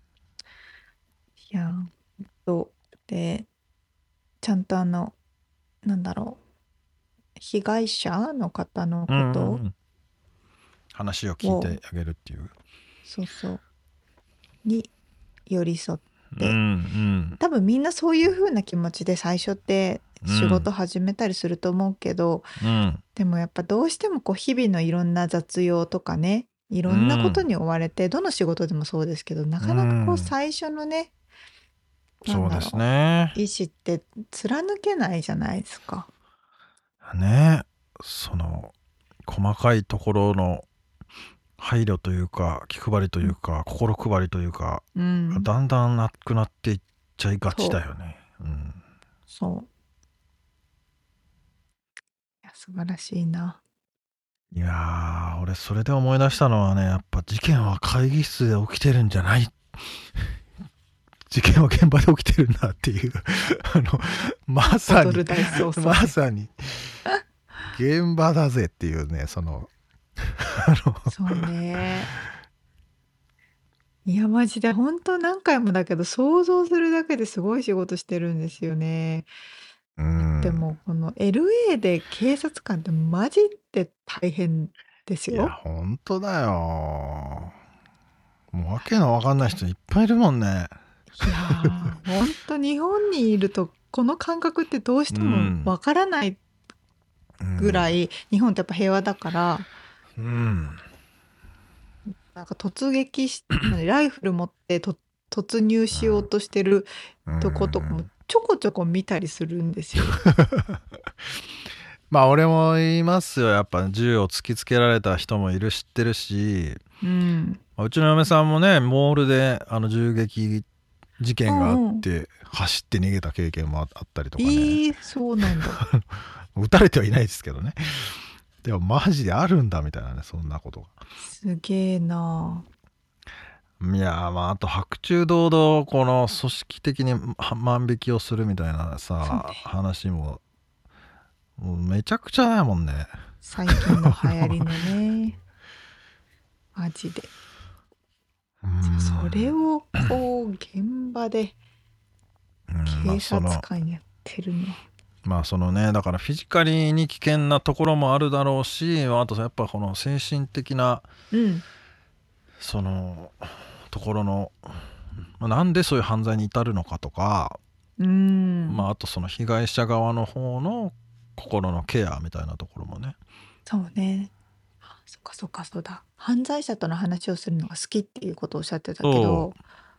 やとでちゃんとあのなんだろう被害者の方のことを、うんうん、 話を聞いてあげるっていうそうそうに寄り添って、うんうん、多分みんなそういう風な気持ちで最初って仕事始めたりすると思うけど、うん、でもやっぱどうしてもこう日々のいろんな雑用とかねいろんなことに追われて、うん、どの仕事でもそうですけどなかなかこう最初のね、 うん、そうですね意思って貫けないじゃないですかね。その細かいところの配慮というか気配りというか、うん、心配りというか、うん、だんだんなくなっていっちゃいがちだよね。そう、うん、 そういや素晴らしいな。 いやー俺それで思い出したのはね、やっぱ事件は会議室で起きてるんじゃない事件は現場で起きてるんだっていうあのまさに踊る大捜査まさに現場だぜっていうね、そのあのそうね。いやマジで本当何回もだけど想像するだけですごい仕事してるんですよね。 うでんもこの エルエー で警察官ってマジで大変ですいやよ。 本当だよ、もうわけのわかんない人いっぱいいるもんね。 いやー本当日本にいるとこの感覚ってどうしてもわからないぐらい、日本ってやっぱ平和だからうんなんか突撃しライフル持ってと突入しようとしてるうんとことかもちょこちょこ見たりするんですよ。 まあ俺も言いますよ、やっぱ銃を突きつけられた人もいる、知ってるし、 うん、 うちの嫁さんもねモールであの銃撃事件があって走って逃げた経験もあったりとかね、 えー、そうなんだ。 撃たれてはいないですけどね、でもマジであるんだみたいなね、そんなことが。 すげえな。 いやーまああと白昼堂々この組織的に万引きをするみたいなさ、 ね、 話ももうめちゃくちゃだもんね、 最近の流行りのねマジで。それをこう現場で警察官やってるの。 まあそのねだからフィジカリに危険なところもあるだろうし、あとやっぱこの精神的な、 うん、 そのところのなんでそういう犯罪に至るのかとか、 うん、 まああとその被害者側の方の心のケアみたいなところもね。 そうね。そっかそっかそうだ。犯罪者との話をするのが好きっていうことをおっしゃってたけど、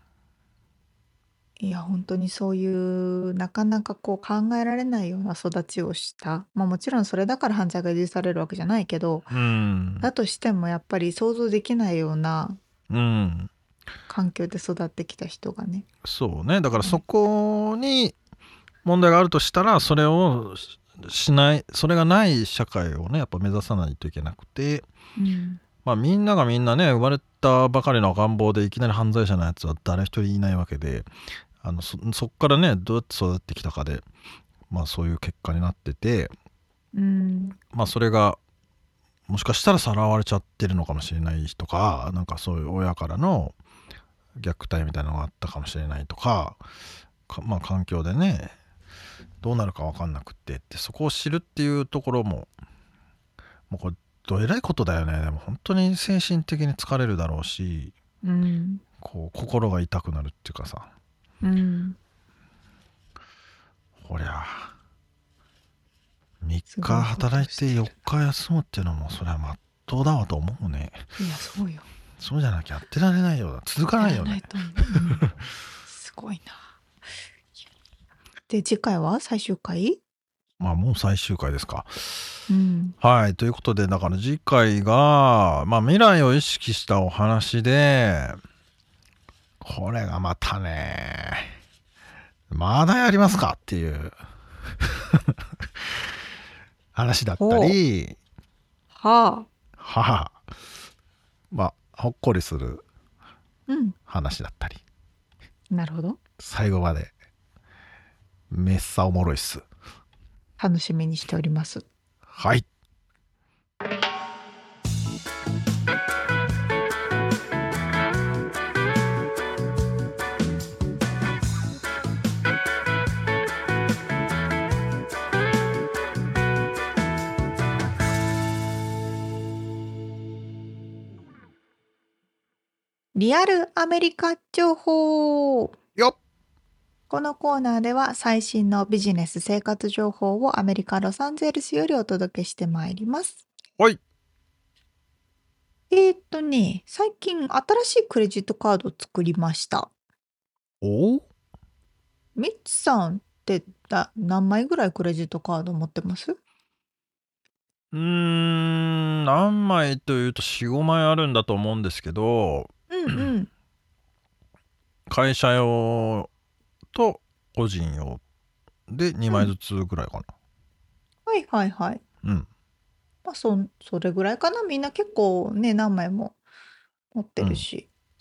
いや本当にそういうなかなかこう考えられないような育ちをした、まあもちろんそれだから犯罪が許されるわけじゃないけど、 うんだとしてもやっぱり想像できないようなうん環境で育ってきた人がね。 そうね、だからそこに問題があるとしたらそれをしない、それがない社会をねやっぱ目指さないといけなくて、 うんまあみんながみんなね生まれたばかりの赤ん坊でいきなり犯罪者のやつは誰一人いないわけで、あの そ, そっからねどうやって育ってきたかで、まあそういう結果になってて、 うん、 まあそれがもしかしたらさらわれちゃってるのかもしれないとか、なんかそういう親からの虐待みたいなのがあったかもしれないとか、かまあ環境でねどうなるか分かんなくってって、そこを知るっていうところももうこれどえらいことだよね。でも本当に精神的に疲れるだろうし、 うん、 こう心が痛くなるっていうかさ、 うん、 こりゃみっか働いてよっか休むっていうのもそれはまっとうだわと思うね。 いやそうよ。 そうじゃなきゃやってられないよ、続かないよね。 うんすごいな。で次回は最終回？ まあもう最終回ですか。 うん、 はい、ということでだから次回が、まあ、未来を意識したお話で、これがまたねまだやりますかっていう話だったり、 はあ、 はあ、まあほっこりするうん、 話だったり、 なるほど。 最後までめっさおもろいっす。 楽しみにしております。 はい。 リアルアメリカ情報。 よっ。 このコーナーでは最新のビジネス生活情報をアメリカ・ロサンゼルスよりお届けしてまいります。 はい。 えーっとね、最近新しいクレジットカードを作りました。 お？ ミッツさんってだ何枚ぐらいクレジットカード持ってます？ うーん、何枚というとよん、ごまいあるんだと思うんですけど、 うんうん。 会社用と個人用でにまいずつぐらいかな。 はいはいはい。 うん。 まあそ、それぐらいかな。みんな結構ね、何枚も持ってるし、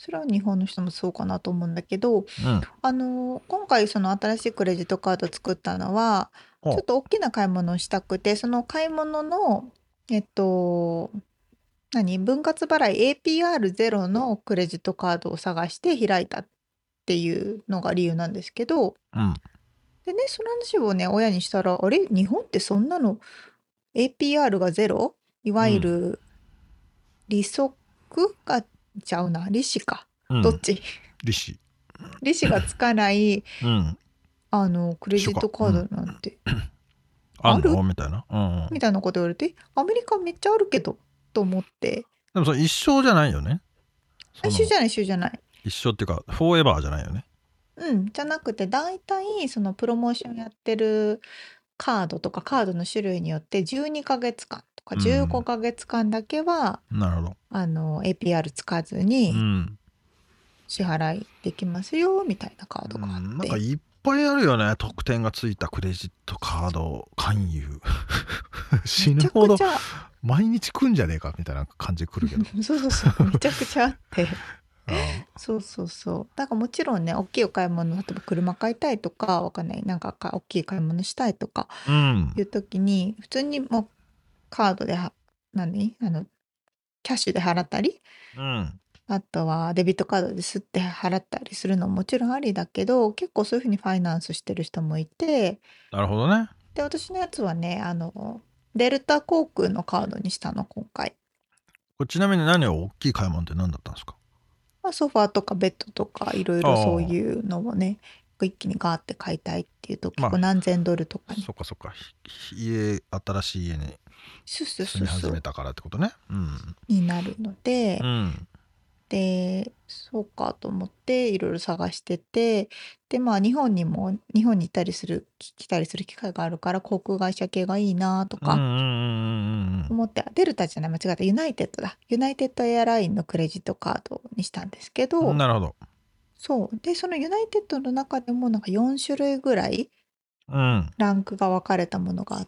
それは日本の人もそうかなと思うんだけど、 うん。 あの今回その新しいクレジットカード作ったのはちょっほと大きな買い物をしたくて、その買い物のえっと何分割払い エーピーアールゼロ のクレジットカードを探して開いたっていうのが理由なんですけど、 う。うん。 でね、その話をね親にしたら、あれ日本ってそんなの エーピーアール がゼロ、いわゆる利息がちゃうな利子か、 うん。 どっち利子。 利子がつかないうん。 あのクレジットカードなんてあるあんのみたいな。うんうん。 みたいなこと言われて、アメリカめっちゃあるけどと思って。 でもそれ一生じゃないよね。その一緒じゃない一緒じゃない。 一生っていうかフォーエバーじゃないよね。 うんじゃなくて、大体そのプロモーションやってるカードとかカードの種類によってじゅうにかげつかんとかうんじゅうごかげつかんだけは、 なるほど。 あの エーピーアール つかずうにん。 支払いできますよみたいなカードがあうんって、 なんかいっぱいあるよね。特典がついたクレジットカード勧誘。死めちゃぬほどくちゃ毎日来んじゃねえかみたいな感じ来るけど。 そうそうそうめちゃくちゃあってあそうそうそうだからもちろんね、大きいお買い物、例えば車買いたいとかわかんない、なんかか大きい買い物したいとかうんいう時に普通にもうカードでは何あのキャッシュで払ったり、 うんあとはデビットカードですって払ったりするのももちろんありだけど、結構そういうふうにファイナンスしてる人もいて、 なるほどね。 で私のやつはね、あのデルタ航空のカードにしたの今回。 これちなみに何を大きい買い物って何だったんですか？ まあ、ソファーとかベッドとかいろいろそういうのをね一気にガーって買いたいっていうと結構何千ドルとかに、 そっかそっか。ひ家新しい家にそうそう住みそうそう始めたからってことね。うんになるので、 うんでそうかと思っていろいろ探してて、でまあ日本にも日本に行ったりする来たりする機会があるから航空会社系がいいなとかうんうんうんうんうん思って、デルタじゃない間違ったユナイテッドだユナイテッドエアラインのクレジットカードにしたんですけうど、 ん。なるほど。 そうでそのユナイテッドの中でもなんかよん種類ぐらいうんランクが分かれたものがあって、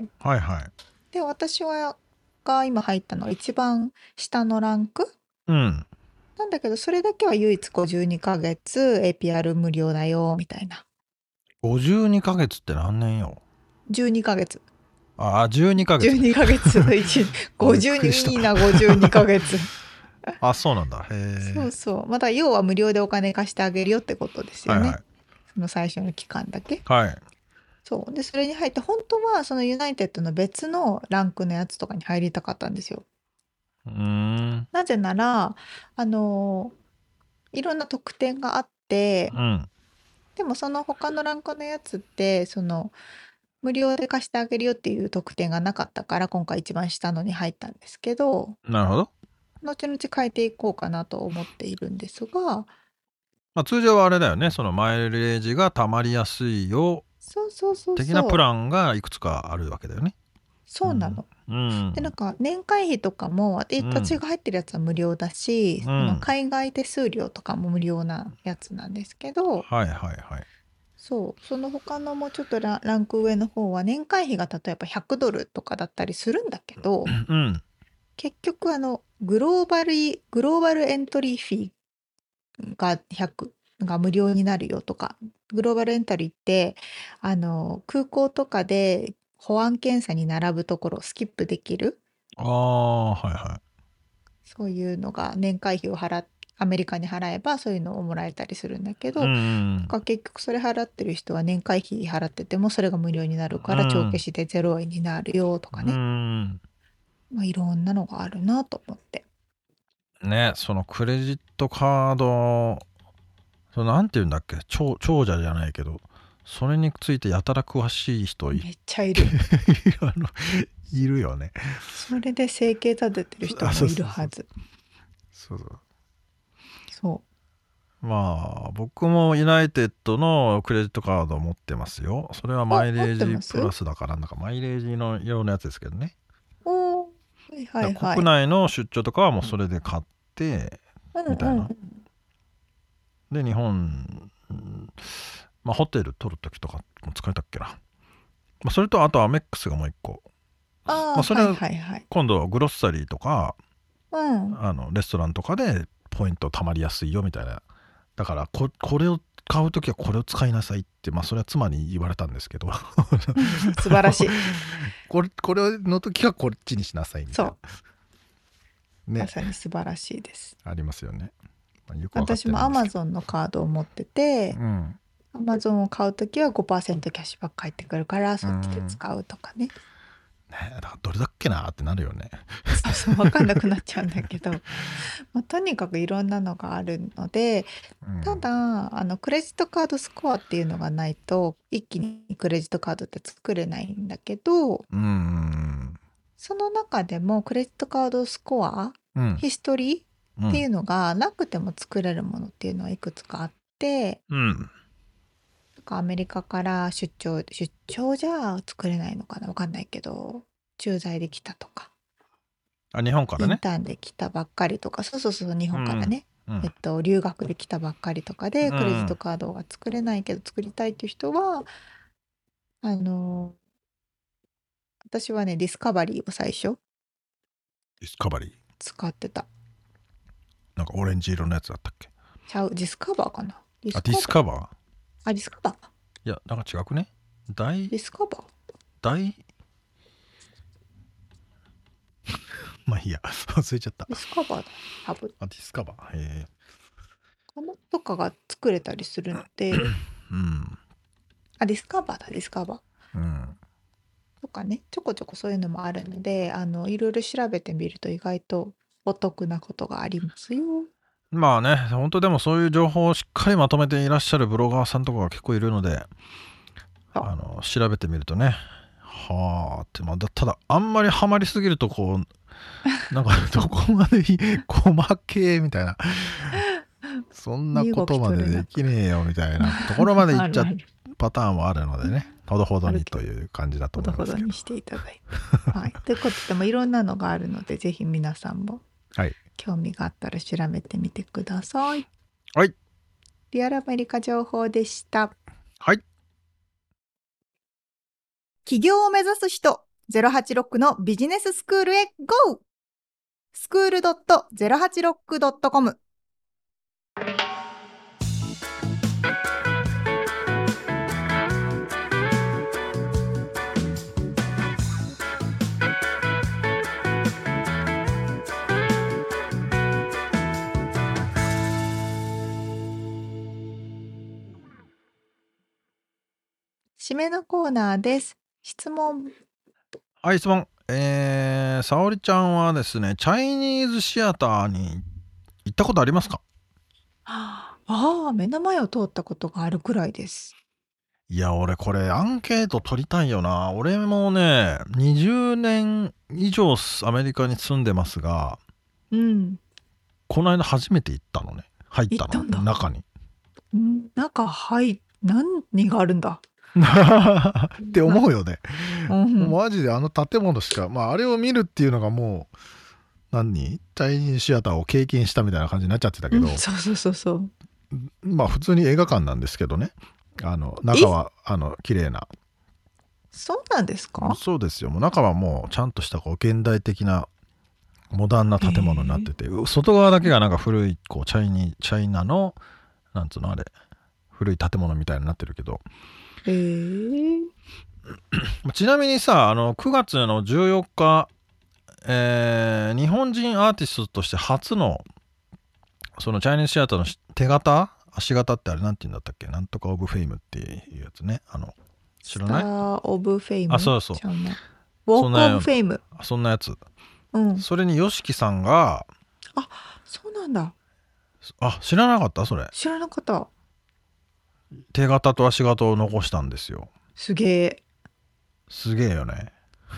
はいはい。 で私はが今入ったのは一番下のランクうんなんだけど、それだけは唯一こうじゅうにかげつ エーピーアール 無料だよみたいな。 ごじゅうにかげつって何年よ？ じゅうにかげつああじゅうにかげつ。 じゅうにかげつのいちごじゅうにびっくりしたいいなごじゅうにかげつあそうなんだ。へえ。 そうそうまた要は無料でお金貸してあげるよってことですよね、 はいはいその最初の期間だけ。 はい。 そうでそれに入って本当はそのユナイテッドの別のランクのやつとかに入りたかったんですよ。 うーんなぜならあのいろんな特典があってう、んでもその他のランクのやつってその無料で貸してあげるよっていう特典がなかったから今回一番下のに入ったんですけど、 なるほど。 後々変えていこうかなと思っているんですが、 まあ、通常はあれだよね。そのマイレージがたまりやすいよそうそうそう的そうなプランがいくつかあるわけだよね。 そうなの。 うんでなんか年会費とかもえうん私が入ってるやつは無料だし、 んその海外手数料とかも無料なやつなんですけど、 はいはいはい。 そうその他のもうちょっとラランク上の方は年会費が例えばひゃくドルとかだったりするんだけど、 うん結局あのグローバルグローバルエントリーフィーがひゃくが無料になるよとか、グローバルエントリーってあの空港とかで保安検査に並ぶところをスキップできる、 ああはいはそういうのが年会費を払っアメリカに払えばそういうのをもらえたりするんだけい。 ど、 うんうんか結局それ払ってる人は年会費払っててもそれが無料になるからうん帳消しでゼロえんになるよとかうね、 んまあ、いろんなのがあるなと思って。 ねそのクレジットカードそのなんていうんだっけ長長者じゃないけどそれについてやたら詳しい人いめっちゃいるあのいるよね。 それで生計立ててる人もいるはず。 そうそうそまあ僕もユナイテッドのクレジットカードを持ってますよ。それはマイレージ持ってますプラスだからなんかマイレージの用のやつですけどね。 うおーはいはいはい国内の出張とかはもうそれで買ってみたいな。 うんうんうんで日本、うんまあ、ホテル取るときとかも使えたっけな、まあ、それとあとアメックスがもう一個あー、 まあそれははいはいはい今度はグロッサリーとかうんあのレストランとかでポイント貯まりやすいよみたいな。だから こ, これを買うときはこれを使いなさいって、まあそれは妻に言われたんですけど素晴らしいこれこれの時はこっちにしなさいみたいな。 そうね、まさに素晴らしいです。 ありますよね。まあ、よく私も Amazon のカードを持ってて、うん、Amazon を買うときは ごパーセント キャッシュバック返ってくるからそっちで使うとかね。 ねえ、だからどれだっけなってなるよね。 そうそう、分かんなくなっちゃうんだけど、まあ、とにかくいろんなのがあるので、うん、ただあのクレジットカードスコアっていうのがないと一気にクレジットカードって作れないんだけど、うん、その中でもクレジットカードスコア、うん、ヒストリーっていうのがなくても作れるものっていうのはいくつかあって、うん、アメリカから出張出張じゃ作れないのかな、分かんないけど駐在で来たとか、 あ、日本からね、 インターンで来たばっかりとか、そうそうそう、日本からね、うんうん、えっと、留学で来たばっかりとかでクレジットカードが作れないけど作りたいっていう人は、あの私はねディスカバリーを最初ディスカバリー使ってた。 なんかオレンジ色のやつだったっけ。 ちゃう、ディスカバーかな。 ディスカバー、あ、ディスカバー、 あ、ディスカバー、 いや、なんか違くね。大ディスカバー大まあいいや、忘れちゃった。 ディスカバーだ多分。 あ、ディスカバー、へえ。 かなとかが作れたりするので、うん、あ、ディスカバーだ、ディスカバー、うん、とかね、ちょこちょこそういうのもあるので、あのいろいろ調べてみると意外とお得なことがありますよ。 まあね、本当でもそういう情報をしっかりまとめていらっしゃるブロガーさんとかが結構いるので、あの調べてみるとね、はあって、まあ、ただあんまりハマりすぎるとこうなんかどこまでいい細けーみたいなそんなことまでできねえよみたいなところまでいっちゃうパターンもあるのでね、ほどほどにという感じだと思いますけど、 ほどほどにしていただいて、はい、ということでもいろんなのがあるのでぜひ皆さんも興味があったら調べてみてください。 はい、 リアルアメリカ情報でした。 はい。 起業を目指す人ゼロはちろくのビジネススクールへ ゴー スクール ドット ゼロはちろく ドット コム。締めのコーナーです。質問。 はい、質問。えー、沙織ちゃんはですね、チャイニーズシアターに行ったことありますか？ ああ、目の前を通ったことがあるくらいです。 いや、俺これアンケート取りたいよな。俺もね、にじゅうねん以上アメリカに住んでますが、うん、この間初めて行ったのね。入ったの。行ったんだ。中に。 ん中入、何があるんだって思うよね、うん、マジであの建物しか、まああれを見るっていうのがもう何チャイニーズシアターを経験したみたいな感じになっちゃってたけど、うん、 そうそうそうそう、 まあ普通に映画館なんですけどね、あの中はあの綺麗な。 そうなんですか？ そうですよ。もう中はもうちゃんとしたこう現代的なモダンな建物になってて、外側だけがなんか古いこうチャイニーチャイナのなんつうのあれ古い建物みたいになってるけど、 えー、 ちなみにさ、あのくがつのじゅうよっか、えー、日本人アーティストとして初のそのチャイニーズシアターの手形足形ってあれなんて言うんだったっけ、なんとかオブフェイムっていうやつね、あの知らない？ スターオブフェイム。 あ、そうそう、 ウォークオブフェイム。 そんなやつ、 うん、 それにYOSHIKIさんが、 あ、そうなんだ。 あ、知らなかった？それ知らなかった。 手形と足形を残したんですよ。 すげえ。 すげえよね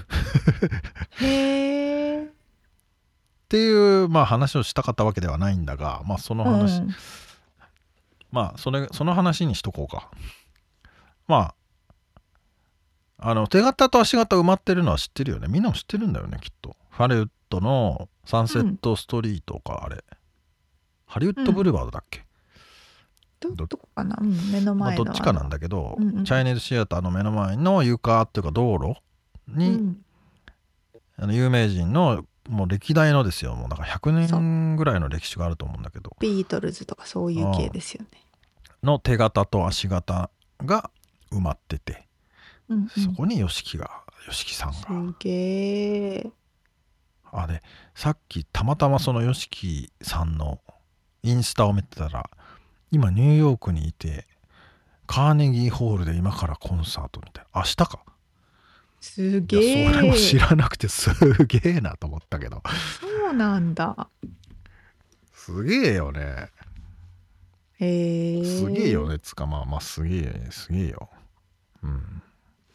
へえ。 っていうまあ話をしたかったわけではないんだが、まあその話、うん、まあそれその話にしとこうか。まああの手形と足形埋まってるのは知ってるよね。みんなも知ってるんだよねきっと。ハリウッドのサンセットストリートか、うん、あれハリウッドブルワードだっけ、 うん、ど, どこかな、うん、目の前の、 まあ、どっちかなんだけど、 うんうん、 チャイニーズシアターの目の前の床っていうか道路に、うん、あの有名人のもう歴代のですよ、もうなんかひゃくねんぐらいの歴史があると思うんだけど、 ビートルズとかそういう系ですよね。 の手形と足形が埋まってて、 うんうん、 そこに吉木が吉木さんがすげえ。 あれさっきたまたまその吉木さんのインスタを見てたら、今ニューヨークにいてカーネギーホールで今からコンサートみたいな、明日か。 すげえ。 いやそれも知らなくてすげえなと思ったけど。 そうなんだ。 すげえよね。 へえ。 すげえよね。つかまあまあすげえすげえよ。うん。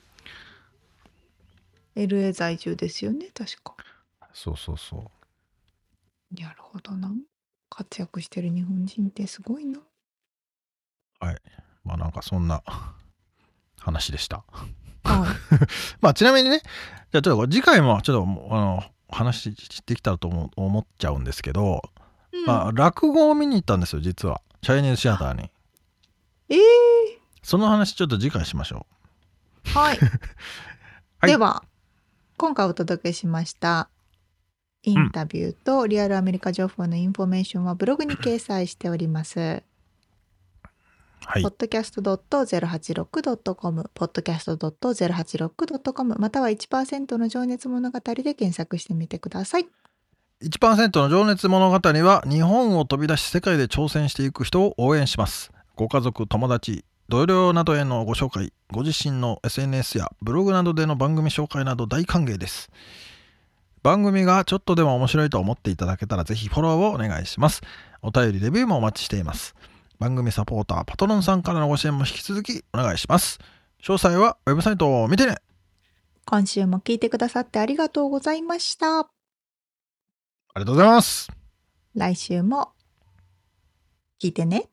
エルエー 在住ですよね、確か。 そうそうそう。 なるほどな。活躍してる日本人ってすごいな。 はい。まあなんかそんな話でした。 はい。 まあちなみにね、じゃあちょっと次回もちょっとあの話してきたらと思思っちゃうんですけど、 うん、 まあ落語を見に行ったんですよ、実は。チャイニーズシアターに。 えー、 その話ちょっと次回しましょう。 はい。 はい、 では、今回お届けしましたインタビューとリアルアメリカ情報のインフォメーションはブログに掲載しております。 はい、 ポッドキャスト ドットゼロはちろく ドットコム ポッドキャスト ドットゼロはちろく ドットコム または いちパーセント の情熱物語で検索してみてください。 いちパーセント の情熱物語は日本を飛び出し世界で挑戦していく人を応援します。ご家族、友達、同僚などへのご紹介、ご自身の エスエヌエス やブログなどでの番組紹介など大歓迎です。番組がちょっとでも面白いと思っていただけたらぜひフォローをお願いします。お便りレビューもお待ちしています。番組サポーターパトロンさんからのご支援も引き続きお願いします。詳細はウェブサイトを見てね。 今週も聞いてくださってありがとうございました。 ありがとうございます。 来週も聞いてね。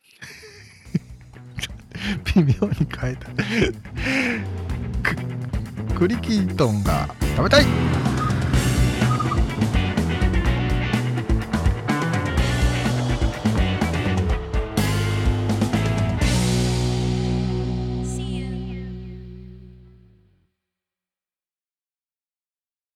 微妙に変えた。クリキートンが食べたい。